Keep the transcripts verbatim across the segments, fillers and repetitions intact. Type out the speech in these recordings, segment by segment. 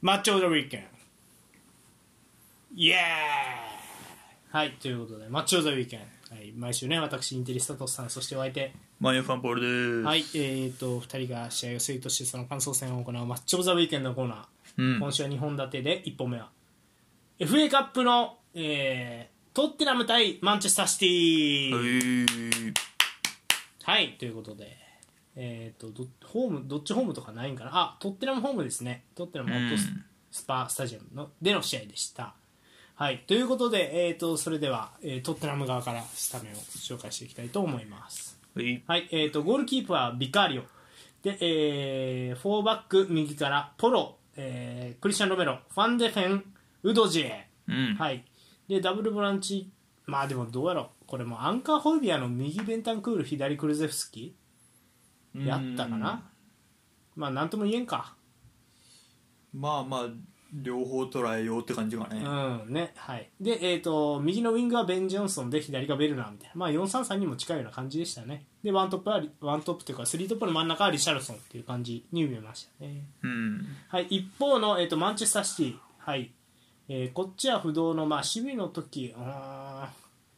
マッチョ・オブ・ザ・ウィーケンイエーイ。はいということでマッチ・オブ・ザ・ウィーケン、はい、毎週ね私インテリスタトスさんそしてお相手マニュファンポールです。 はいえーとふたりが試合を推としてその感想戦を行うマッチ・オブ・ザ・ウィーケンのコーナー、うん、今週はにほん立てでいっぽんめは エフエー カップの、えー、トッテナム対マンチェスターシティはいということでえー、とどホームどっちホームとかないんかなあトッテナムホームですねトッテナムホットスパスタジアムのでの試合でしたはいということで、えー、とそれでは、えー、トッテナム側からスタメンを紹介していきたいと思いますはい、はいえー、とゴールキーパーはビカーリオで、えー、フォーバック右からポロ、えー、クリスチャン・ロメロファンデフェンウドジエ、うん、はいでダブルボランチまあでもどうやろうこれもアンカーホイビアの右ベンタンクール左クルゼフスキやったかなまあなんとも言えんかまあまあ両方捉えようって感じがねうんねはいでえっ、ー、と右のウィングはベン・ジョンソンで左がベルナーみたいなまあよんさんさんにも近いような感じでしたねでワントップはワントップというかスリートップの真ん中はリシャルソンっていう感じに見えましたねうんはい一方の、えー、とマンチェスターシティはいえー、こっちは不動の、まあ、守備の時あ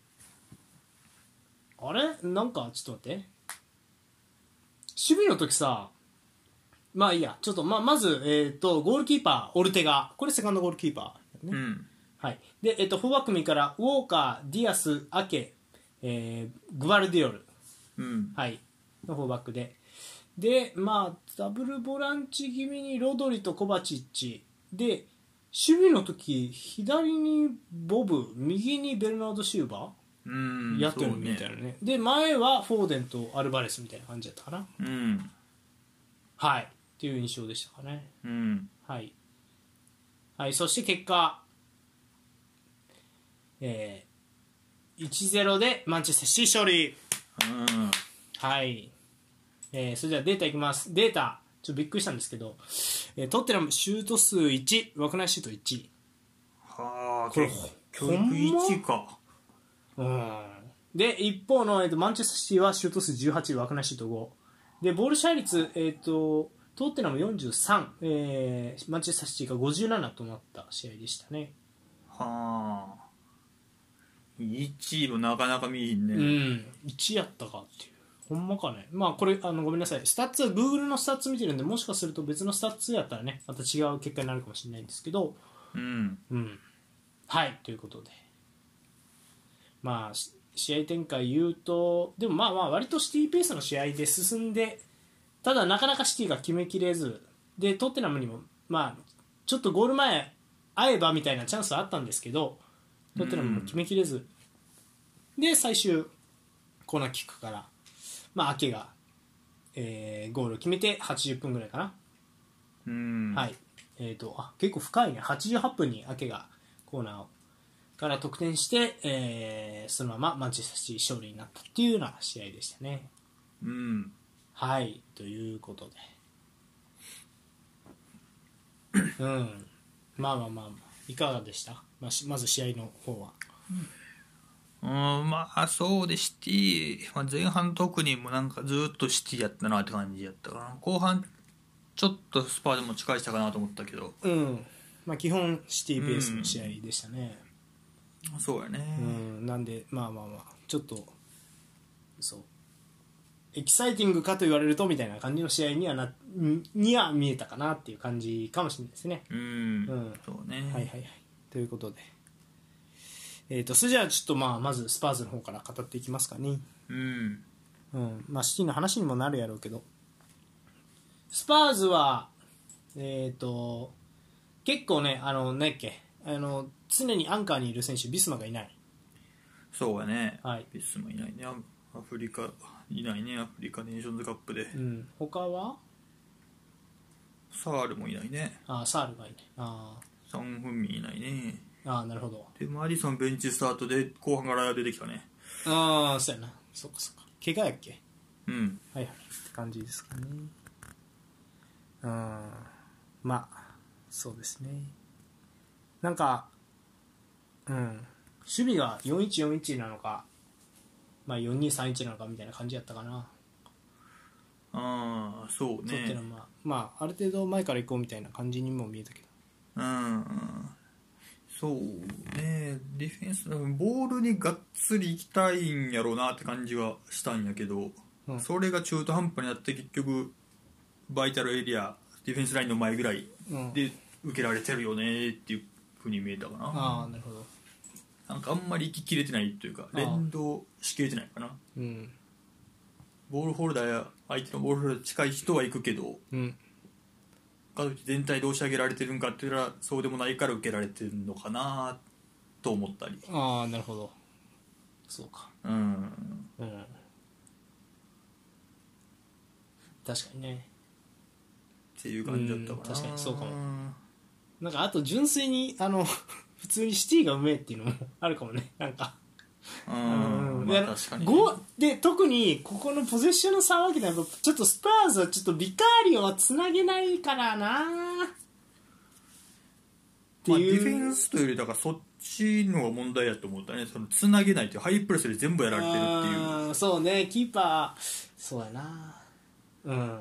あれなんかちょっと待って守備の時さまあいいやちょっと ま, まず、えー、とゴールキーパーオルテガこれセカンドゴールキーパー、ねうんはいでえー、とフォーバック右からウォーカー、ディアス、アケ、えー、グバルディオル、うんはい、のフォーバックででまあダブルボランチ気味にロドリとコバチッチで守備の時左にボブ右にベルナード・シューバーうんやってるみたいな ね, ねで前はフォーデンとアルバレスみたいな感じだったかなうんはいっていう印象でしたかねうんはい、はい、そして結果、えー、いちたいゼロ でマンチェスターシティ勝利うんはい、えー、それではデータいきますデータちょっとびっくりしたんですけど、えー、トッテナムシュート数いち枠内シュートいちはあこれ教育いちかうんで一方の、えー、とマンチェスターシティはシュート数じゅうはち枠内シュートごでボール支配率、えー、とトッテナムよんじゅうさん、えー、マンチェスターシティがごじゅうななとなった試合でしたねはあいちもなかなか見えへんねうんいちやったかっていうほんまかねまあこれあのごめんなさいスタッツは Google のスタッツ見てるんでもしかすると別のスタッツやったらねまた違う結果になるかもしれないんですけどうん、うん、はいということでまあ試合展開言うとでもまあまあ割とシティペースの試合で進んでただなかなかシティが決めきれずでトッテナムにもまあちょっとゴール前合えばみたいなチャンスはあったんですけどトッテナムも決めきれず、うん、で最終コーナーキックからまあアケが、えー、ゴールを決めてはちじゅっぷんぐらいかなうんはいえーとあ結構深いねはちじゅうはっぷんにアケがコーナーをから得点して、えー、そのままマンチェスターシティ勝利になったっていうような試合でしたねうんはいということでうんまあまあまあ、まあ、いかがでした、まあ、まず試合の方はうんまあそうでシティ、まあ、前半特にもなんかずっとシティやったなって感じやったかな後半ちょっとスパーでも近いしたかなと思ったけどうんまあ基本シティベースの試合でしたね、 うん、そうやねうんなんでまあまあまあちょっとそうエキサイティングかと言われるとみたいな感じの試合にはなには見えたかなっていう感じかもしれないですね。うん、うん、 そうね。 はいはいはい。ということで、えっ、ー、とそれじゃあちょっとまあまずスパーズの方から語っていきますかね。うん。うん。まあシティの話にもなるやろうけど、スパーズはえっ、ー、と結構ねあの何やっけあの常にアンカーにいる選手ビスマがいない。 そうやね。はい。ビスマいないね。アフリカいないねアフリカネーションズカップで、 うん、他はサールもいないねあサールがいないあサン・フンミンいないねあなるほどでマディソンベンチスタートで後半から出てきたねああそうやなそっかそっか怪我やっけうんはいはいって感じですかねうんまあそうですねなんかうん守備がよんいちよんいちなのかまあ、よんにさんいちなのかみたいな感じやったかなああそうねそうってのはまあ、まあ、ある程度前から行こうみたいな感じにも見えたけどうんそうね、ディフェンスボールにがっつり行きたいんやろうなって感じはしたんやけど、うん、それが中途半端になって結局バイタルエリアディフェンスラインの前ぐらいで受けられてるよねっていう風に見えたかな、うん、 ああなるほど。 なんかあんまり行ききれてないというか連動しきれてないかな、うん、ボールホルダーや相手のボールホルダー近い人は行くけど、うん全体で押し上げられてるんかって言ったらそうでもないから受けられてるのかなと思ったり。 ああなるほどそうかうん、うん、確かにねっていう感じだったかな。 確かにそうかも。なんかあと純粋にあの普通にシティがうめえっていうのもあるかもねなんかうん、まあ、確かに、ね、で特にここのポゼッションの差わけでちょっとスパーズはちょっとビカーリオはつなげないからなっていう、まあ、 ディフェンスというよりだからそっちのが問題やと思ったね。そのつなげないというハイプレスで全部やられてるっていう。 そうねキーパーそうやなうん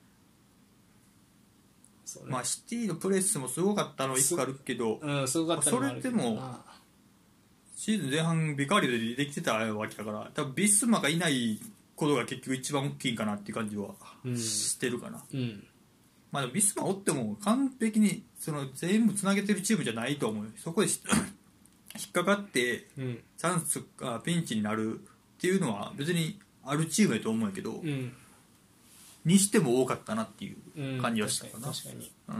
そう、ね、まあシティのプレスもすごかったのいっこあるけど、 うん、すごかったのもあるけど、 まあ、それでもシーズン前半ビカーリオでできてたわけだから多分ビスマがいないことが結局一番大きいかなっていう感じはしてるかな、うんうん、まあでもビスマおっても完璧にその全部つなげてるチームじゃないと思う。そこで引っかかってチャンスがピンチになるっていうのは別にあるチームやと思うんやけど、うん、にしても多かったなっていう感じはしたかな、うん、確かに、うん、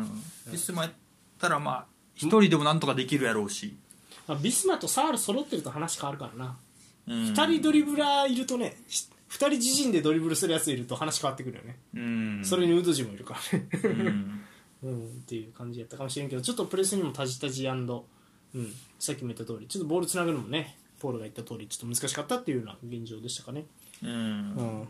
ビスマやったらまあ一人でもなんとかできるやろうし、 まあ、ビスマとサール揃ってると話変わるからな、うん、ふたりドリブラーいるとねふたり自陣でドリブルするやついると話変わってくるよね、うん、それにウドジもいるからね、うんうん、っていう感じやったかもしれんけどちょっとプレスにもタジタジ&、うん、さっきも言った通りちょっとボールつなぐのもねポールが言った通りちょっと難しかったっていうような現状でしたかね、うん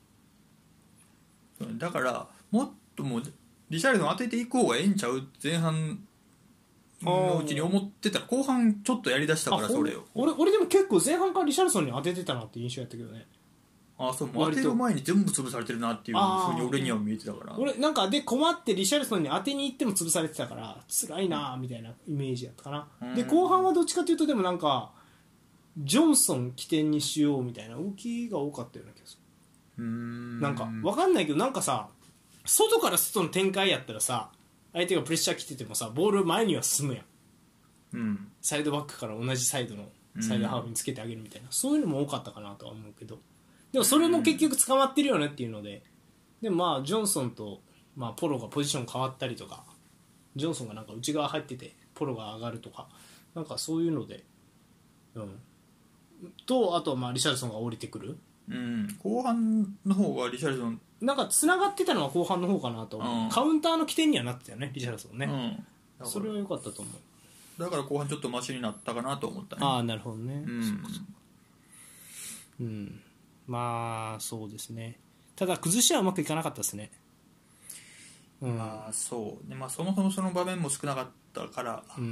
うん、だからもっともうリシャルドン当てていこうがええんちゃう前半のうちに思ってたら後半ちょっとやりだしたからそれを俺, 俺でも結構前半からリシャルソンに当ててたなって印象やったけどね。 ああそう当てる前に全部潰されてるなっていうふうに俺には見えてたから俺なんかで困ってリシャルソンに当てに行っても潰されてたから辛いなみたいなイメージやったかな、うん、で後半はどっちかというとでもなんかジョンソン起点にしようみたいな動きが多かったような気がする。うーんなんか分かんないけどなんかさ外から外の展開やったらさ相手がプレッシャー来ててもさボール前には進むやん、うん、サイドバックから同じサイドのサイドハーフにつけてあげるみたいな、うん、そういうのも多かったかなとは思うけどでもそれも結局捕まってるよねっていうのででもまあジョンソンと、まあ、ポロがポジション変わったりとかジョンソンがなんか内側入っててポロが上がるとかなんかそういうので、うん、とあとはまあリシャルソンが降りてくる、 うん、後半の方がリシャルソンなんか繋がってたのは後半の方かなと思う、うん、カウンターの起点にはなってたよねリシャルソンね、うん、それは良かったと思う。 だから後半ちょっとマシになったかなと思ったね。 ああなるほどね、うん、うん、まあそうですね。ただ崩しはうまくいかなかったですね、 うん、まあそうね、まあ、そもそもその場面も少なかったから、 うん、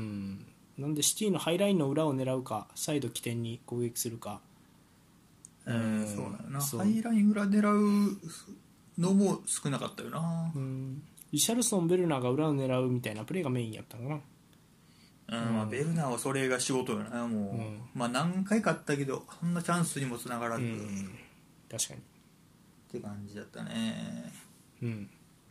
なんでシティのハイラインの裏を狙うかサイド起点に攻撃するか、 うん、そうだよな。ハイライン裏狙うのも少なかったよな、 うん、リシャルソンベルナーが裏を狙うみたいなプレーがメインやったのかな。 うんまあ、ベルナーはそれが仕事よなもう、うん、まあ何回かあったけどそんなチャンスにもつながらず、うん、 確かにって感じだったね。 うん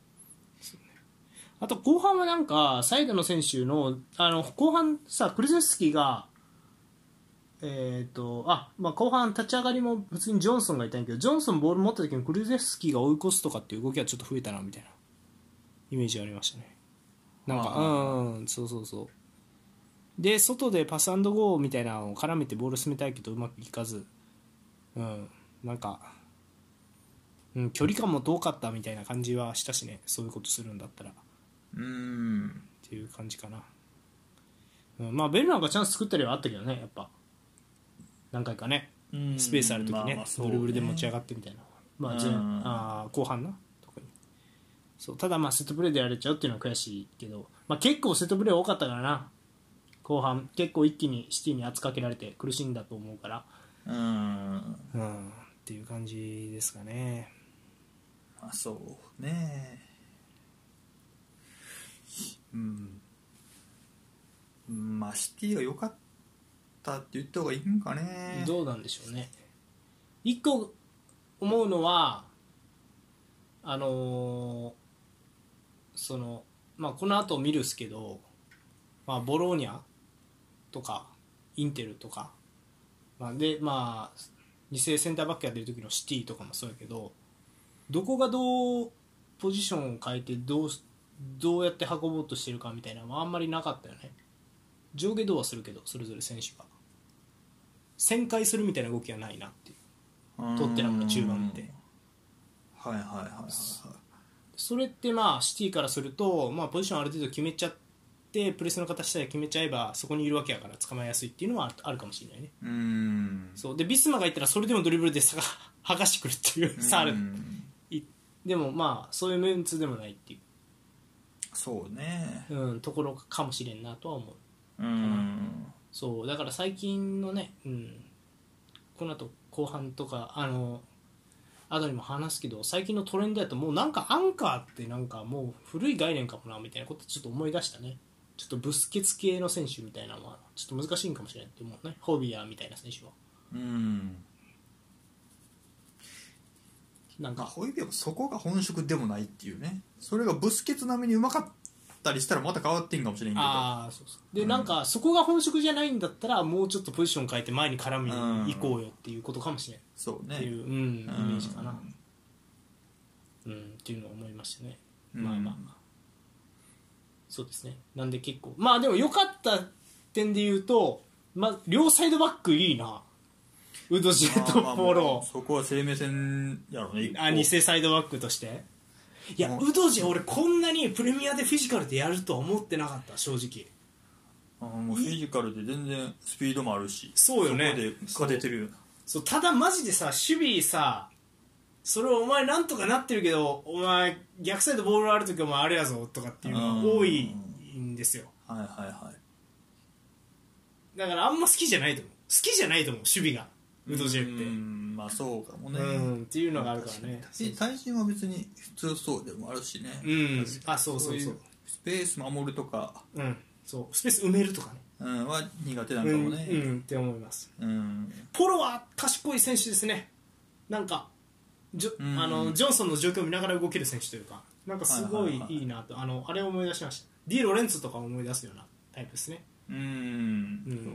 あと後半はなんかサイドの選手のあの後半さクルゼスキーがえーとあまあ、後半立ち上がりも普通にジョンソンがいたんやけどジョンソンボール持った時にクルゼスキーが追い越すとかっていう動きはちょっと増えたなみたいなイメージがありましたね。なんかうんうんそうそうそうで外でパス&ゴーみたいなのを絡めてボール進めたいけどうまくいかず、うん、なんか、うん、距離感も遠かったみたいな感じはしたしねそういうことするんだったらうーんっていう感じかな、うん、まあベルナーがチャンス作ったりはあったけどねやっぱ何回かねスペースある時ね、まあまあそうねドリブルで持ち上がってみたいな、まあ、前あ後半な特にそうただまあセットプレーでやれちゃうっていうのは悔しいけど、まあ、結構セットプレー多かったからな後半結構一気にシティに圧かけられて苦しんだと思うからうん、うん、っていう感じですかね。 まあそうねうんまあシティが良かったって言った方がいいんかね。 どうなんでしょうね。一個思うのはあのー、そのまあこの後見るっすけど、まあ、ボローニャとかインテルとか、まあ、でまあに世センターバックやってる時のシティとかもそうやけど、どこがどうポジションを変えてどうどうやって運ぼうとしてるかみたいなのはあんまりなかったよね。上下動はするけどそれぞれ選手が旋回するみたいな動きはないなっていう、トッテナムの中盤って。 はいはいはいはいはい。 それってまあシティからすると、まあ、ポジションある程度決めちゃってプレスの形さえ決めちゃえばそこにいるわけやから捕まえやすいっていうのはあるかもしれないね。 うーんそうでビスマがいったらそれでもドリブルで差が剥がしてくるっていうさある。でもまあそういうメンツでもないっていう、 そうね、 うん、ところかもしれんなとは思う。 うんそうだから最近のね、うん、この後後半とかあの後にも話すけど、最近のトレンドやともうなんかアンカーってなんかもう古い概念かもなみたいなことちょっと思い出したね。ちょっとブスケツ系の選手みたいなのはちょっと難しいんかもしれないって思うね。ホビアみたいな選手はうんなんかホイビアもそこが本職でもないっていうね。それがブスケツ並みにうまかったりしたらまた変わってんかもしれんけど、 あそうそうで、うん、なんかそこが本職じゃないんだったらもうちょっとポジション変えて前に絡みに行こうよっていうことかもしれない、うん、 そうねっていう、うん、イメージかな、うん、っていうのを思いましたね、うん、まあまあまあそうですね。なんで結構まあでも良かった点で言うと、まあ、両サイドバックいいな、ウドジェとポロ、 そこは生命線やろね。 あ、偽サイドバックとして。いや、ウドジェ俺こんなにプレミアでフィジカルでやるとは思ってなかった、正直。 あもうフィジカルで全然スピードもあるし、 そうよね、 そこで勝ててるよ。 そう、ただマジでさ、守備さ、それをお前なんとかなってるけど、お前逆サイドボールあるときお前あれやぞとかっていうのが多いんですよ。 はいはいはい。 だからあんま好きじゃないと思う。好きじゃないと思う、守備が。ウドジェって。 うん、まあそうかもね。 うんっていうのがあるからね。 対人は別に普通そうでもあるしね。 うん。あ、そうそうそう。 スペース守るとか、 うん、そうスペース埋めるとかね。 うん、は苦手なんかもね。 うん、うん、って思います。 うん。 ポロは賢い選手ですね。なんかジョ、うん、あのジョンソンの状況を見ながら動ける選手というか、なんかすごいいいなと、あのあれを思い出しました。ディ・ロレンツとかを思い出すようなタイプですね。 うん。うん。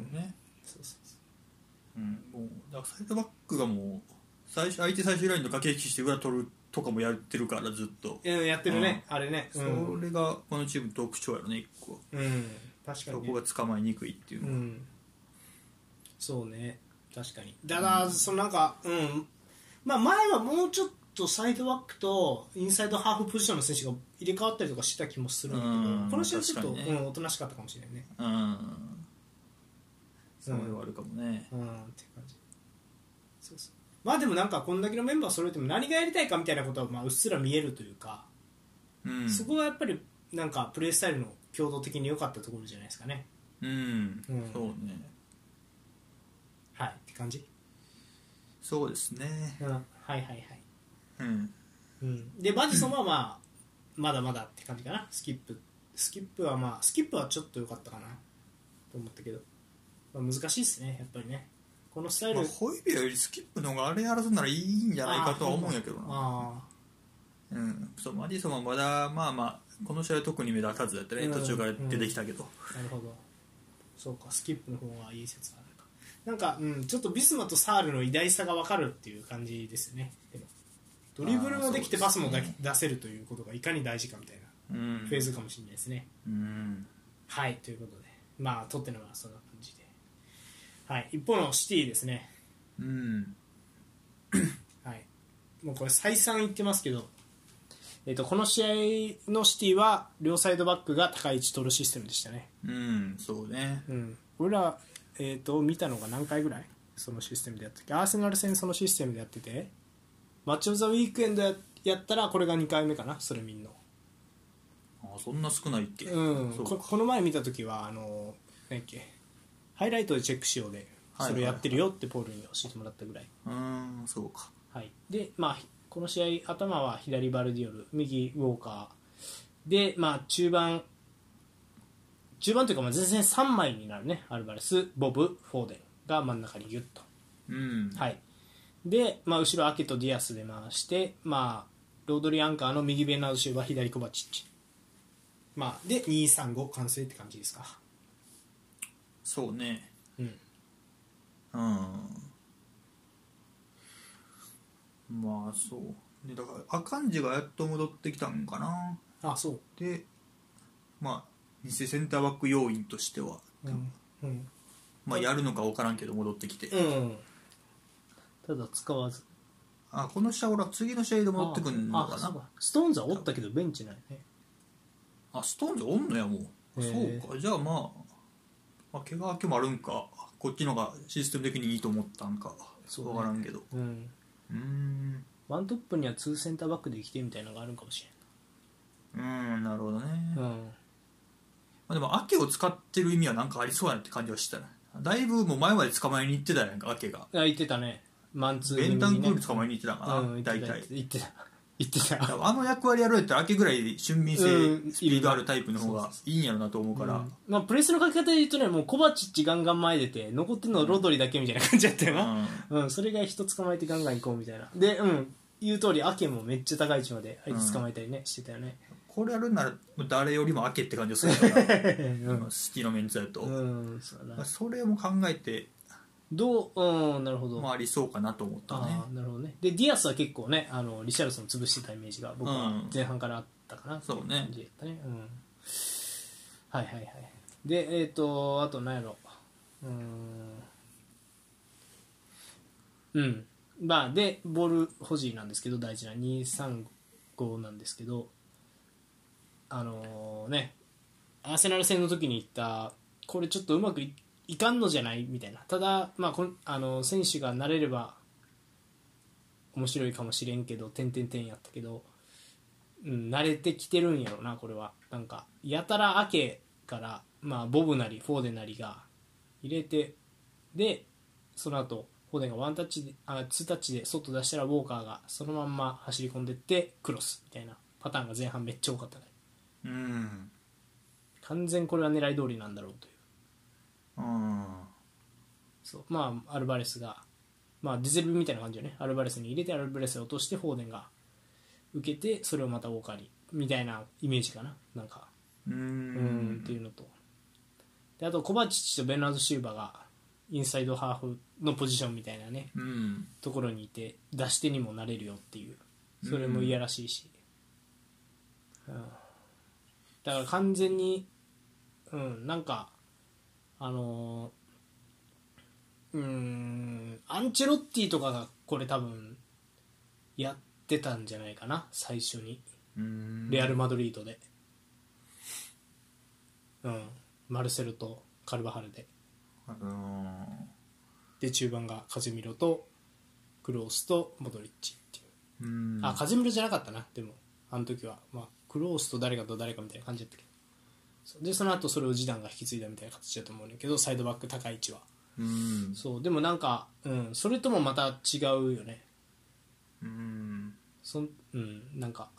そうね。そうそうそう。うん、もうだからサイドバックがもう最初相手最終ラインの駆け引きして裏取るとかもやってるからずっと、 うん、やってるね、うん、あれね、 うん、それがこのチームの特徴やろね、一個、 うん、確かに、ね、 そこが捕まえにくいっていうのは、うん、 そうね、確かに。だから、うん、そのなんか、うんまあ、前はもうちょっとサイドバックとインサイドハーフポジションの選手が入れ替わったりとかしてた気もするんだけど、うん、この試合ちょっと、ね、うん、おとなしかったかもしれないね。うんそれはあるかもね、 うん、うん、って感じ。そうそう。まあでもなんかこんだけのメンバー揃えても何がやりたいかみたいなことはまあうっすら見えるというか、うん、そこがやっぱりなんかプレースタイルの共同的に良かったところじゃないですかね。 うん、うん、そうね。 はいって感じ。 そうですね。 うん、はいはいはい。 うん。 うん、でマジソンはまあまだまだって感じかな。スキップスキップはまあスキップはちょっと良かったかなと思ったけど。まあ、難しいですねやっぱりねこのスタイル、まあ、 ホイビアよりスキップの方があれやらせるならいいんじゃないかとは思うんやけどな。あうん、そうマディソンはまだまあまあこの試合は特に目立たずだったね、うん、途中から出てきたけど、 うん、なるほどそうかスキップの方がいい説があるかなんか、うん、ちょっとビスマとサールの偉大さが分かるっていう感じですね。でもドリブルもできてパスも、ね、出せるということがいかに大事かみたいなフェーズかもしれないですね、うん、はいということでまあトッテナムはそんな感じで、はい、一方のシティですね、うんはい、もうこれ再三言ってますけど、えー、とこの試合のシティは両サイドバックが高い位置取るシステムでしたね。 うんそうね、 うん、俺ら、えー、と見たのが何回ぐらいそのシステムでやったっけ。アーセナル戦そのシステムでやっててマッチオブザウィークエンド や, やったらこれがにかいめかなそれみんな。 あそんな少ないっけ、 うん、こ, この前見た時はあの何っけハイライトでチェックしようでそれやってるよってポールに教えてもらったぐらい、 はいはいはい、うんそうか、 はい、でまあこの試合頭は左バルディオル右ウォーカーで、まあ、中盤中盤というかまあ前線さんまいになるね。アルバレス、ボブ、フォーデンが真ん中にギュッと、 うん、 はい。で、まあ、後ろアケとディアスで回して、まあ、ロードリーアンカーの右ベンナードシューバー、左コバチッチ、まあ、でにさんご完成って感じですか。 そうね、 うんうん、まあそうで、だからアカンジがやっと戻ってきたんかな。 あ、そうで、まあ偽センターバック要員としては、 うんうん、 まあやるのか分からんけど戻ってきて、 うん、ただ使わず、 あこの試合俺は次の試合で戻ってくるのかな。 ああストーンズはおったけどベンチないね。 あストーンズおんのやもう。そうか、じゃあまあ、まあ、怪我明けもあるんか、こっちのがシステム的にいいと思ったんか、そう、ね、分からんけど、 うん、 うーんワントップにはツーセンターバックで来てみたいなのがあるんかもしれん。うんなるほどね、 れん、うんまあ、でもアケを使ってる意味はなんかありそうやなって感じはしたね。だいぶもう前まで捕まえに行ってたやんか、アケが。 あ言ってたね、マンツー気味ベに、ね、 ンタンクール捕まえに行ってたんかな、 うん、 大体言ってた言ってたあの役割やるやったらアケぐらい俊敏性、スピードあるタイプの方がいいんやろなと思うから、 うんまあ、プレスの書き方で言うとね、もうコバチッチガンガン前出て残ってるのロドリだけみたいな感じだったよな、うんうん、それが人捕まえてガンガン行こうみたいなで、うん、言う通りアケもめっちゃ高い位置まで相手捕まえたりね、うん、してたよね。 これやるなら誰よりもアケって感じがするから、うん、好きのメンツだと、うん、そうだな、それも考えてどう、うん、なるほど、 まあ、ありそうかなと思ったね。 あなるほどね。でディアスは結構ね、あのリシャルソン潰してたイメージが僕は前半からあったかなっていう感じだったね、うん、はいはいはい。でえっ、ー、とあと何やろうんうんまあでボール保持なんですけど、大事なにさんごなんですけど、あのー、ねアーセナル戦の時に言ったこれちょっとうまくいいかんのじゃないみたいな、ただ、まあ、こあの選手が慣れれば面白いかもしれんけど点々点やったけど、うん、慣れてきてるんやろな。これはなんかやたらアケから、まあ、ボブなりフォーデンなりが入れて、でその後フォーデンがワンタッチであツータッチで外出したらウォーカーがそのまんま走り込んでってクロスみたいなパターンが前半めっちゃ多かったね。 うん完全これは狙い通りなんだろうという。 うん、 そうまあアルバレスが、まあ、ディゼルみたいな感じよね。アルバレスに入れてアルバレスを落としてフォーデンが受けてそれをまたウォーカーにみたいなイメージかな。なんかうーんうんっていうのと、であとコバチッチとベンナード・シューバがインサイドハーフのポジションみたいなね、 うん、 ところにいて出し手にもなれるよっていう、それもいやらしいし、うん、だから完全にうんなんかあのー、うーんアンチェロッティとかがこれ多分やってたんじゃないかな最初に、 うーんレアル・マドリードで、うん、マルセルとカルバハルで、 あのー、で中盤がカゼミロとクロースとモドリッチっていう、 うーんあカゼミロじゃなかったな、でもあの時は、まあ、クロースと誰かと誰かみたいな感じだったけど、でその後それをジダンが引き継いだみたいな形だと思うんだけど、サイドバック高い位置は、 うん、 そうでもなんか、うん、それともまた違うよね。 うん、 そんうんなんか、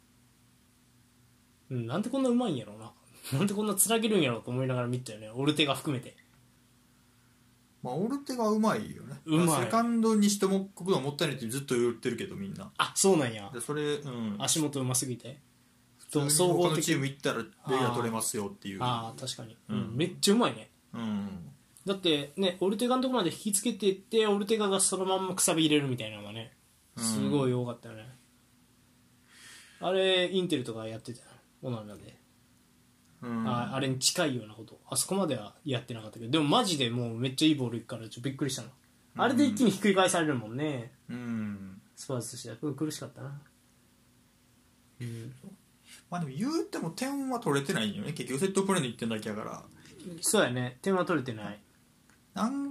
うん、なんでこんなうまいんやろうななんでこんなつなげるんやろうと思いながら見たよね、オルテガ含めて。 まあオルテガうまいよね。 うまい。 セカンドにしてもこくのもったいないってずっと言ってるけどみんな。 あそうなんや。 でそれ、うん、 足元うますぎてと総合的他のチーム行ったらレギュラー取れますよっていう。 ああ確かに、 うん、 めっちゃうまいね、 うん、 だってねオルテガのとこまで引きつけていってオルテガがそのまんまくさび入れるみたいなのがねすごい多かったよね、うん、あれインテルとかやってたよオナナで、うん、あ, あれに近いようなことあそこまではやってなかったけど、でもマジでもうめっちゃいいボールいくからちょっとびっくりしたの、うん、あれで一気にひっくり返されるもんね、うん、スパーズとしては苦しかったな、うんまあ、でも言うても点は取れてないよね結局セットプレーのいってんだけやから。 そうやね点は取れてないなん、うん、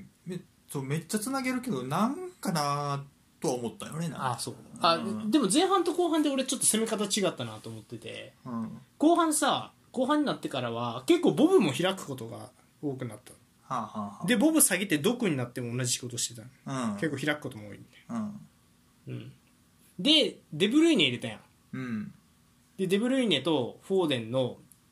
め, そうめっちゃつなげるけどなんかなとは思ったよね。なあそうあ、うん、でも前半と後半で俺ちょっと攻め方違ったなと思ってて、 うん、 後半さ後半になってからは結構ボブも開くことが多くなった、 はあはあはあ、 でボブ下げてドクになっても同じ仕事してた、 うん、 結構開くことも多いんで、 うんうん、でデブルイネ入れたやん、 うん、 でデブルイネとフォーデンの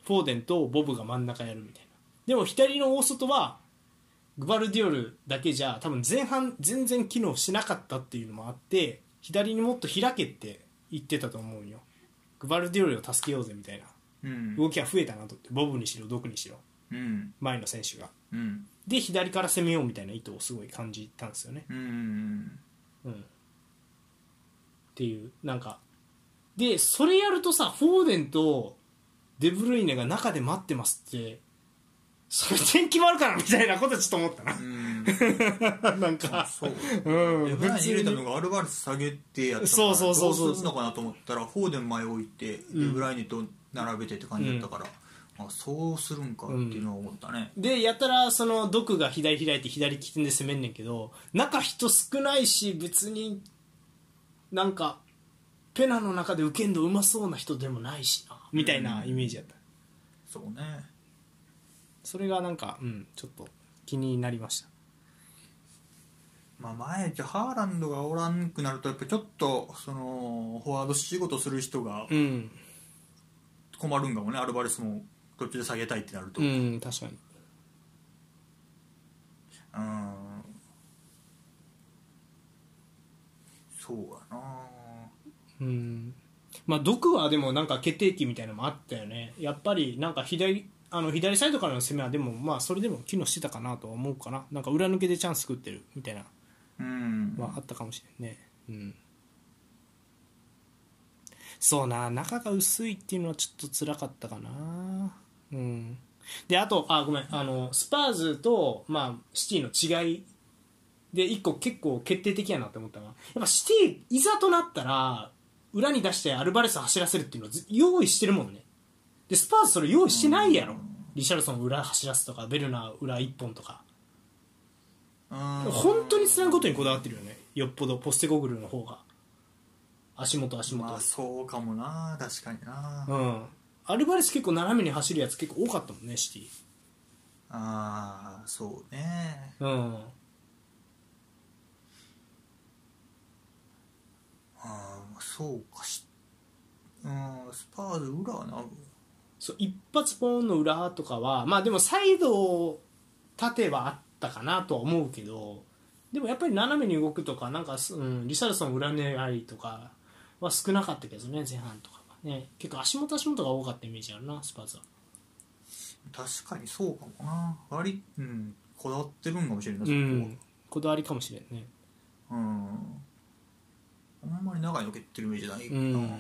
フォーデンとボブが真ん中やるみたいな。でも左の大外はグバルディオルだけじゃ多分前半全然機能しなかったっていうのもあって、左にもっと開けって言ってたと思うよ。グバルディオルを助けようぜみたいな、うん、動きが増えたなと思って、ボブにしろドクにしろ、うん、前の選手が、うん、で左から攻めようみたいな意図をすごい感じたんですよね、うんうんうん、っていうなんかで、それやるとさ、フォーデンとデブルイネが中で待ってますって、それ点決まるかなみたいなことちょっと思ったな、うん、なんかそう、 うん、デブルイネ入れたのがアルバレス下げてやったから、そうそうそうそう、どうするのかなと思ったらフォーデン前置いてデブルイネと並べてって感じだったから、うん、あ、そうするんかっていうのは思ったね、 うん、でやったらそのドクが左開いて左起点で攻めんねんけど、中人少ないし別になんかペナの中で受けんのうまそうな人でもないしなみたいなイメージやった、うん、 そうね、 それがなんか、うん、ちょっと気になりました。 まあ、前じゃハーランドがおらんくなるとやっぱちょっとそのフォワード仕事する人が困るんかもね、アルバレスもどっちで下げたいってなると、 うん、確かに、 うん、そうやな、 うん、まあ毒はでもなんか決定機みたいなのもあったよね。やっぱりなんか左あの左サイドからの攻めはでもまあそれでも機能してたかなとは思うかな。なんか裏抜けでチャンス作ってるみたいなはあったかもしれんね、うん、そうな、中が薄いっていうのはちょっと辛かったかな、うん、であとあごめんあのスパーズと、まあ、シティの違いでいっこ結構決定的やなって思ったのは、やっぱシティいざとなったら裏に出してアルバレス走らせるっていうのを用意してるもんね。でスパーズそれ用意してないやろ、リシャルソン裏走らすとかベルナー裏いっぽんとか、本当につなぐことにこだわってるよね、よっぽどポステゴグルの方が。足元足元、 まあそうかもな、確かにな、 うん、アルバレス結構斜めに走るやつ結構多かったもんね、シティ。 ああそうね、 うん、 あそうかし、うん、スパーズ裏はな、 そう一発ポンの裏とかはまあでもサイド縦はあったかなとは思うけど、でもやっぱり斜めに動くとかなんか、うん、リシャルソン裏狙いとかは少なかったけどね、前半とかはね。結構足元足元が多かったイメージあるな、スパーズは。 確かにそうかもな、割、うん、こだわってるんかもしれない、 うん、こだわりかもしれんね、 うん、あんまり長いの蹴ってるイメージないかな、うん、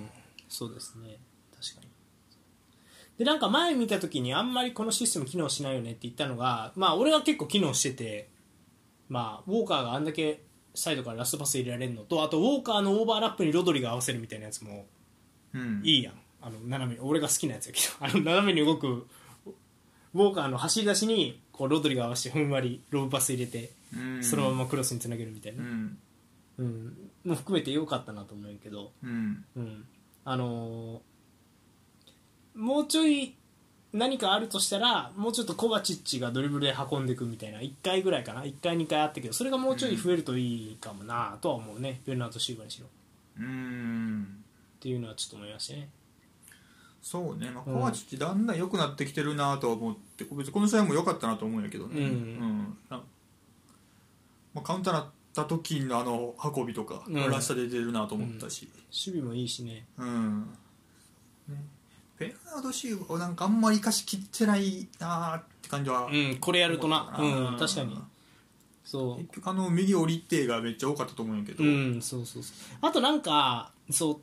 そうですね、確かに。でなんか前見た時にあんまりこのシステム機能しないよねって言ったのが、まあ俺は結構機能してて、まあウォーカーがあんだけサイドからラストパス入れられるのと、あとウォーカーのオーバーラップにロドリが合わせるみたいなやつもいいやん、あの斜め、俺が好きなやつやけど、あの斜めに動くウォーカーの走り出しにこうロドリが合わせてふんわりロブパス入れて、そのままクロスにつなげるみたいな、うんうん、も含めて良かったなと思うけど、うんうん、あのーもうちょい何かあるとしたら、もうちょっとコバチッチがドリブルで運んでいくみたいな、いっかいぐらいかな、いっかいにかいあったけど、それがもうちょい増えるといいかもなとは思うね、ベルナード・シーバにしろ、うーんっていうのはちょっと思いましたね。 そうね、まあ、コバチッチだんだん良くなってきてるなとは思って、別にこの試合も良かったなと思うんやけどね、うんうんまあ、カウンターなった時のあの運びとか、うん、らしさで出るなと思ったし、うん、 守備もいいしね、 うんね、ベルナード・シーバーをなんかあんまり生かしきってないなーって感じは、 うん、これやるとな、うん、確かにそう結局あの右降り手がめっちゃ多かったと思うんやけど、 うん、そうそうそう、あとなんかそう、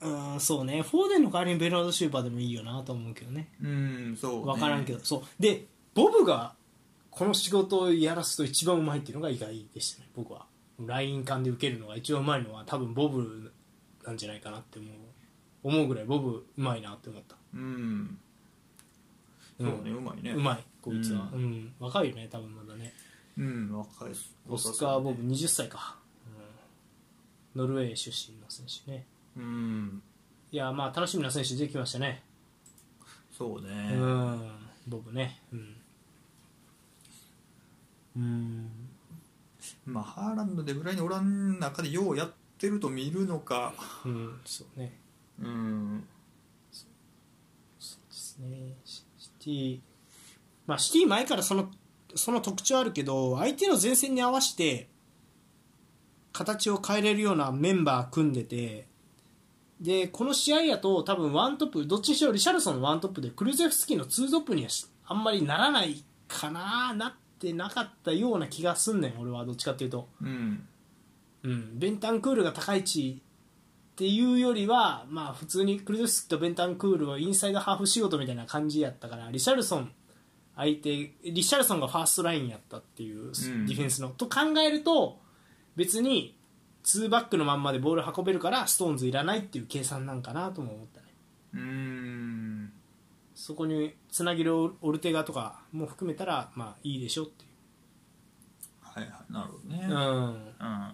うん、そうね、フォーデンの代わりにベルナード・シーバーでもいいよなと思うけどね、 うん、そうね、 分からんけど、そうでボブがこの仕事をやらすと一番うまいっていうのが意外でしたね、僕は。ライン間で受けるのが一番うまいのは多分ボブなんじゃないかなって思う思うぐらいボブうまいなって思った。うん。 そうね、うまいね。 うまいこいつは。うん、うん、若いよね多分まだね。 うん、若いです。 オスカー・ボブにじゅっさいか、うん。ノルウェー出身の選手ね。うん。いやまあ楽しみな選手できましたね。 そうね。 うん、ボブね。うん。うん。 まあハーランドでブラインおらん中でようやってると見るのか。 うん、そうね。 うん、 そ, そうですですね。シティ、まあ、シティ前からそのその特徴あるけど、相手の前線に合わせて形を変えれるようなメンバー組んでて、でこの試合やと多分ワントップ、どっちにしろリシャルソンのワントップでクルゼフスキーのツートップにはあんまりならないかな、なってなかったような気がすんねん俺は。どっちかっていうと、 うんうん、ベンタンクールが高い位置っていうよりは、まあ、普通にクルゼフスキーとベンタンクールはインサイドハーフ仕事みたいな感じやったから、リシャルソン相手リシャルソンがファーストラインやったっていうディフェンスの、うん、と考えると別ににバックのまんまでボール運べるからストーンズいらないっていう計算なんかなとも思ったね。 うーん、 そこにつなげるオルテガとかも含めたらまあいいでしょっていう。 はいはい、なるほどね。 うん、うん、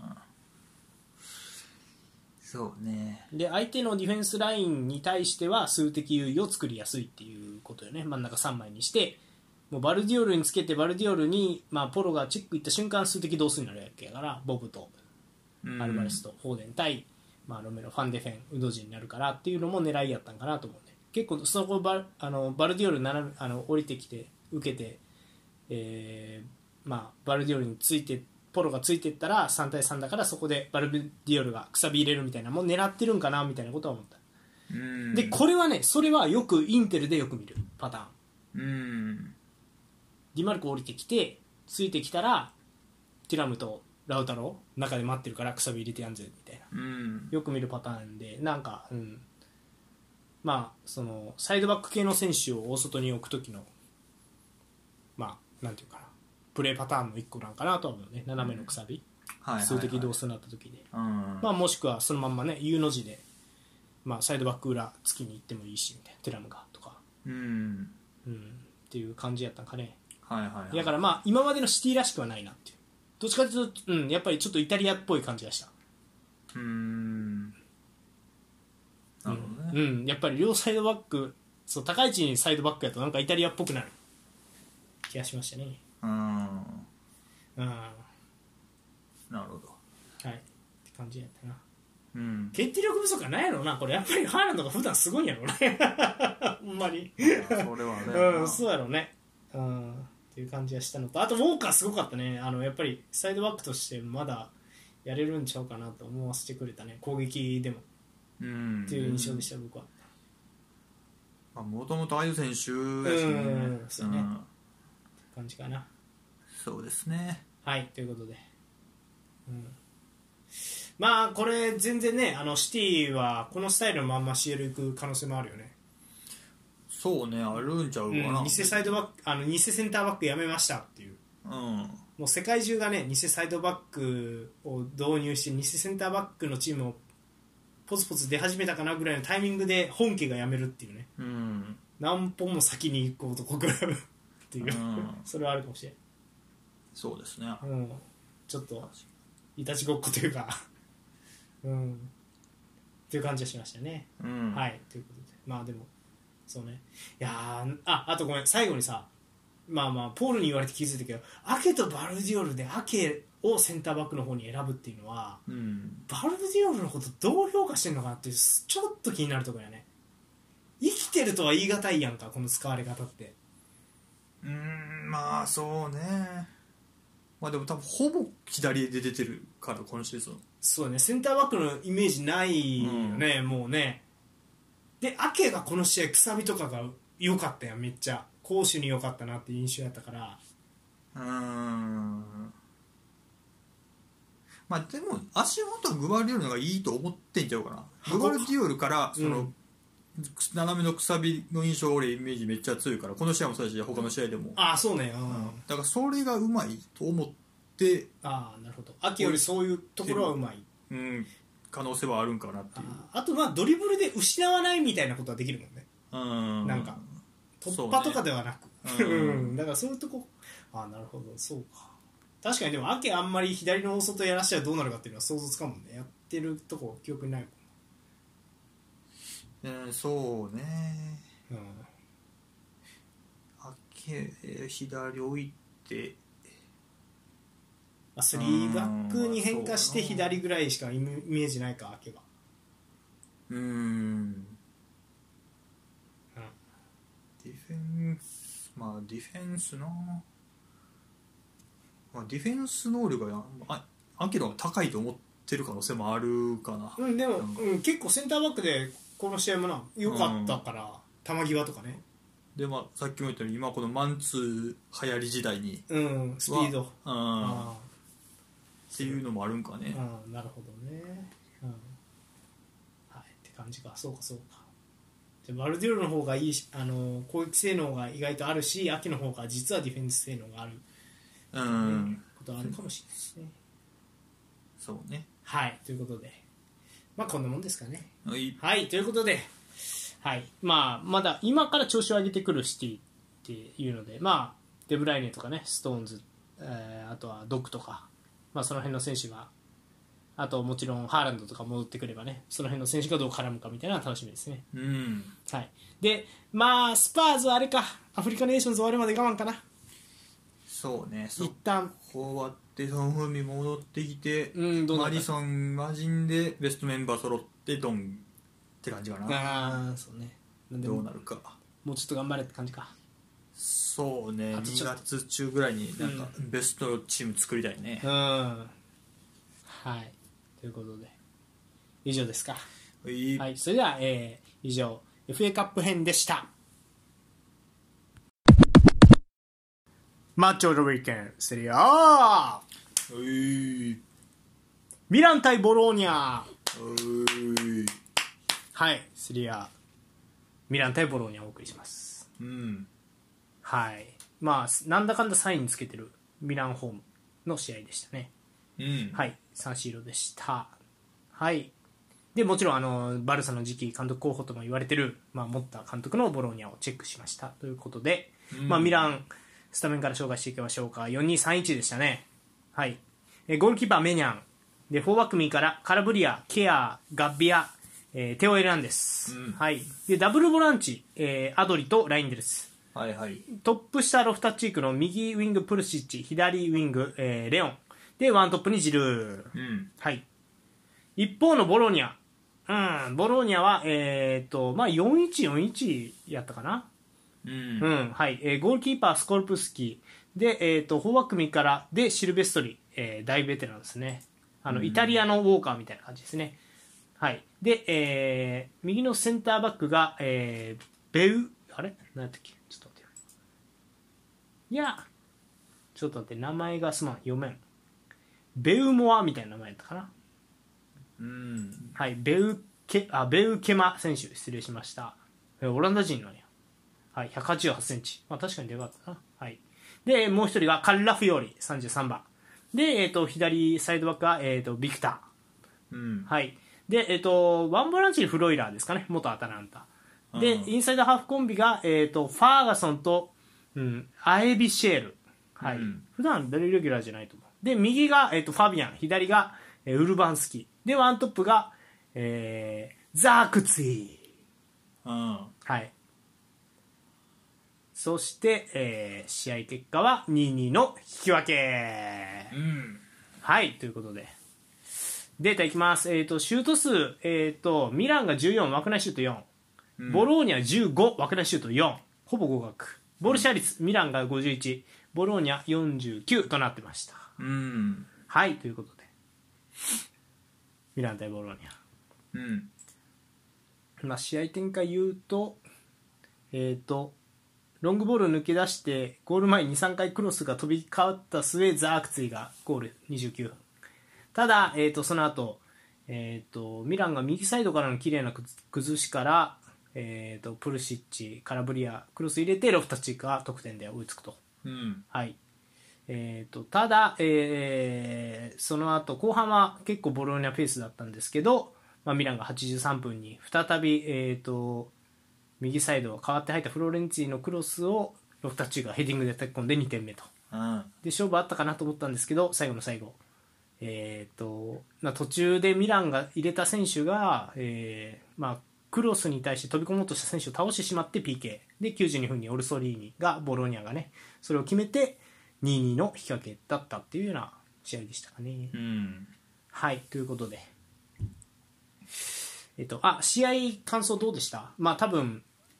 そうね。 で相手のディフェンスラインに対しては数的優位を作りやすいっていうことよね。真ん中さんまいにしてもうバルディオルにつけて、バルディオルに、まあ、ポロがチェックいった瞬間数的同数になるわけやから、ボブとアルバレスとフォーデン対、まあ、ロメロ、ファンデフェン、ウドジになるからっていうのも狙いやったんかなと思うね。結構そこバルあのバルディオルななあの降りてきて受けて、えーまあ、バルディオルについてポロがついていったらさんたいさんだから、そこでバルディオルがくさび入れるみたいなもう狙ってるんかなみたいなことは思った。 うんでこれはね、それはよくインテルでよく見るパターン。 うんディマルコ降りてきてついてきたらティラムとラウタロ中で待ってるからくさび入れてやんぜみたいな、 うん、 よく見るパターンで、なんか、うん、まあそのサイドバック系の選手を大外に置く時のまあなんていうかな、プレーパターンの一個なんかなとは思うね。斜めのくさび、うん、数的同数になった時で、はいはいはい、まあ、もしくはそのまんまね U の字で、まあ、サイドバック裏突きに行ってもいいしみたいな、ティラムがとか、 うんうん、っていう感じやったんかね。 はいはいはい、 だからまあ今までのシティらしくはないなっていう、どっちかというと、うん、やっぱりちょっとイタリアっぽい感じがした。 うーん、なるほどね、 うん、うん、やっぱり両サイドバック、そう高い位置にサイドバックやとなんかイタリアっぽくなる気がしましたね。 うん、うん、なるほど、 はいって感じやったな。 うん、 決定力不足はないやろうなこれ。やっぱりハーランドが普段すごいんやろうねほんまにそれはね、 うん、そうやろうね、うんっていう感じがしたのと、あとウォーカーすごかったね。あのやっぱりサイドバックとしてまだやれるんちゃうかなと思わせてくれたね、攻撃でも、 うん、 っていう印象でした僕は。 もともとああいう選手ですね、 うんそうね、うん、って感じかな。 そうですね、 はいということで、うん、まあこれ全然ね、あのシティはこのスタイルのまんま シーエル 行く可能性もあるよね。 そうね、あるんちゃうかな、 うん、偽サイドバック、あの偽センターバックやめましたっていう、 うん、 もう世界中がね偽サイドバックを導入して偽センターバックのチームをポツポツ出始めたかなぐらいのタイミングで本家がやめるっていうね、 うん、 何本も先に行こうとこくらうっていう、うん、それはあるかもしれない。 そうですね、 うん、ちょっといたちごっこというかうんっていう感じがしましたね、 うん、 はいということで、まあでもそうね、いやああとごめん最後にさ、まあまあポールに言われて気づいたけど、アケとバルディオルでアケをセンターバックの方に選ぶっていうのは、 うん、 バルディオルのことどう評価してるのかなっていうちょっと気になるところやね。生きてるとは言い難いやんかこの使われ方って。 うーん、まあそうね、まあでも多分ほぼ左で出てるから今シーズン。 そうね、センターバックのイメージないよね、うん、もうね。でアケがこの試合くさびとかが良かったやん、めっちゃ攻守に良かったなっていう印象やったから。 うーん、まあでも足元はグバルディオルの方がいいと思ってんちゃうかな。グバルディオルからその、うん、斜めのくさびの印象、俺イメージめっちゃ強いから、この試合もそうだし他の試合でも。 ああそうね、うん、 だからそれがうまいと思って、 ああなるほど、アケよりそういうところはうまい、 うん、可能性はあるんかなっていう。 あ, あとまあドリブルで失わないみたいなことはできるもんね、うん、なんか突破とかではなく、う、ね、うん、だからそういうとこ、ああなるほどそうか。確かにでもアケあんまり左の大外やらしたらどうなるかっていうのは想像つかんもんね。やってるとこ記憶にないもん。 うん、そうね、 うん、 アケ左置いてスリーバックに変化して左ぐらいしかイメージないか、アケが。 うーん、うん、 ディフェンスまあディフェンスな、まあ、ディフェンス能力があアキラが高いと思ってる可能性もあるかな。 うん、でも、うん、結構センターバックでこの試合もな良かったから、うん、球際とかね。 で、まあ、さっきも言ったように今このマンツー流行り時代に、 うん、スピードあっていうのもあるんかね。 うん、なるほどね、うん、はいって感じか。そうかそうか。でバルディオルの方がいいし、あの攻撃性能が意外とあるし、秋の方が実はディフェンス性能がある、 うん、 ね、ことあるかもしれないですね。 そうね。 はいということで、まあこんなもんですかね。 はい、 はい、ということで、はい、まあまだ今から調子を上げてくるシティっていうので、まあデブライネとかね、ストーンズ、えー、あとはドックとか、まあその辺の選手が、あともちろんハーランドとか戻ってくればね、その辺の選手がどう絡むかみたいなのは楽しみですね。 うん、 はい。で、まあスパーズはあれか、アフリカネーションズ終わるまで我慢かな。 そうね。 一旦終わってソン・フンミン戻ってきて、 うん、どうなマディソンマジンでベストメンバー揃ってドンって感じかな。 ああそうね。なんでどうなるか。 もうちょっと頑張れって感じか。 そうね。にがつ中ぐらいになんかベストチーム作りたいね。 うん。はいということで以上ですか。 はい、 はい、それでは、えー、以上 エフエー カップ編でした。マッチョ・ド・ウィーケンセリアはい、 ミラン対ボローニャ。 はい、 はい、セリアミラン対ボローニャをお送りします。 うん、 はい、まあなんだかんだサインつけてるミランホームの試合でしたね。 うん、 はい、サンシーロでした。はい。でもちろんあのバルサの次期監督候補とも言われてる、まあ、モッター監督のボローニャをチェックしましたということで、うん、まあ、ミランスタメンから紹介していきましょうか。よんにーさんいちでしたね。はい。えゴールキーパーメニャンでフォーバックミーからカラブリア、ケア、ガッビア、えー、テオ・エルナンデス、うん、はい。でダブルボランチ、えー、アドリとラインデルス、 はいはい、 トップ下ロフタチークの右ウィングプルシッチ、左ウィング、えー、レオンでワントップにジルー、 うん、 はい。一方のボローニャ、うん、ボローニャは、えーとまあ、よんいちよんいちやったかな、 うんうん、はい。えー、ゴールキーパースコルプスキーで、えーとフォーバックミからでシルベストリ、えー、大ベテランですね。あの、うん、イタリアのウォーカーみたいな感じですね。はい。で、えー、右のセンターバックが、えー、ベウあれ何やったっけ、ちょっと待って、いやちょっと待って、名前がすまん、読めん、ベウモアみたいな名前やったかな。 うん、 はい、ベウケあベウケマ選手、失礼しました。オランダ人なんや。はい、ひゃくはちじゅうはちセンチ、まあ、確かにでかかったな。はい、でもう一人がカルラフィオリさんじゅうさんばんで、えー、と左サイドバックは、えー、とビクター、うんはいでえー、とワンボランチにフロイラーですかね、元アタランタで、インサイドハーフコンビが、えー、とファーガソンと、うん、アエビシェール、はいうん、普段ベルレギュラーじゃないと思う。で右が、えー、とファビアン、左が、えー、ウルバンスキでワントップが、えー、ザークツィ、 うん、 はいそして、えー、試合結果は にたいに の引き分け、 うん、 はいということでデータいきます。えー、とシュート数、えー、とミランがじゅうよん、枠内シュートよん、うん、ボローニャじゅうご、枠内シュートよん、ほぼ互角。ボールシェア率、ミランがごじゅういち、ボローニャよんじゅうきゅうとなってました、 うん、 はいということでミラン対ボローニャ、うんまあ、試合展開言うとえっ、ー、とロングボールを抜け出してゴール前にさんかいクロスが飛び交った末ザークツィがゴールにじゅうきゅうふん。ただ、えー、とその後、えー、とミランが右サイドからの綺麗な崩しから、えー、とプルシッチ、カラブリアクロス入れてロフタチが得点で追いつくと、 うんはいえー、とただ、えー、その後後半は結構ボローニャペースだったんですけど、まあ、ミランがはちじゅうさんぷんに再び、えー、と右サイド代わって入ったフロレンツィのクロスをロフタッチがヘディングで叩き込んでにてんめと、 うん、 で勝負あったかなと思ったんですけど最後の最後、えーとまあ、途中でミランが入れた選手が、えーまあ、クロスに対して飛び込もうとした選手を倒してしまって ピーケー できゅうじゅうにふんにオルソリーニがボローニャがねそれを決めて にたいに の引き分けだったっていうような試合でしたかね、 うん、 はいということで、えっと、あ試合感想どうでした？まあ多分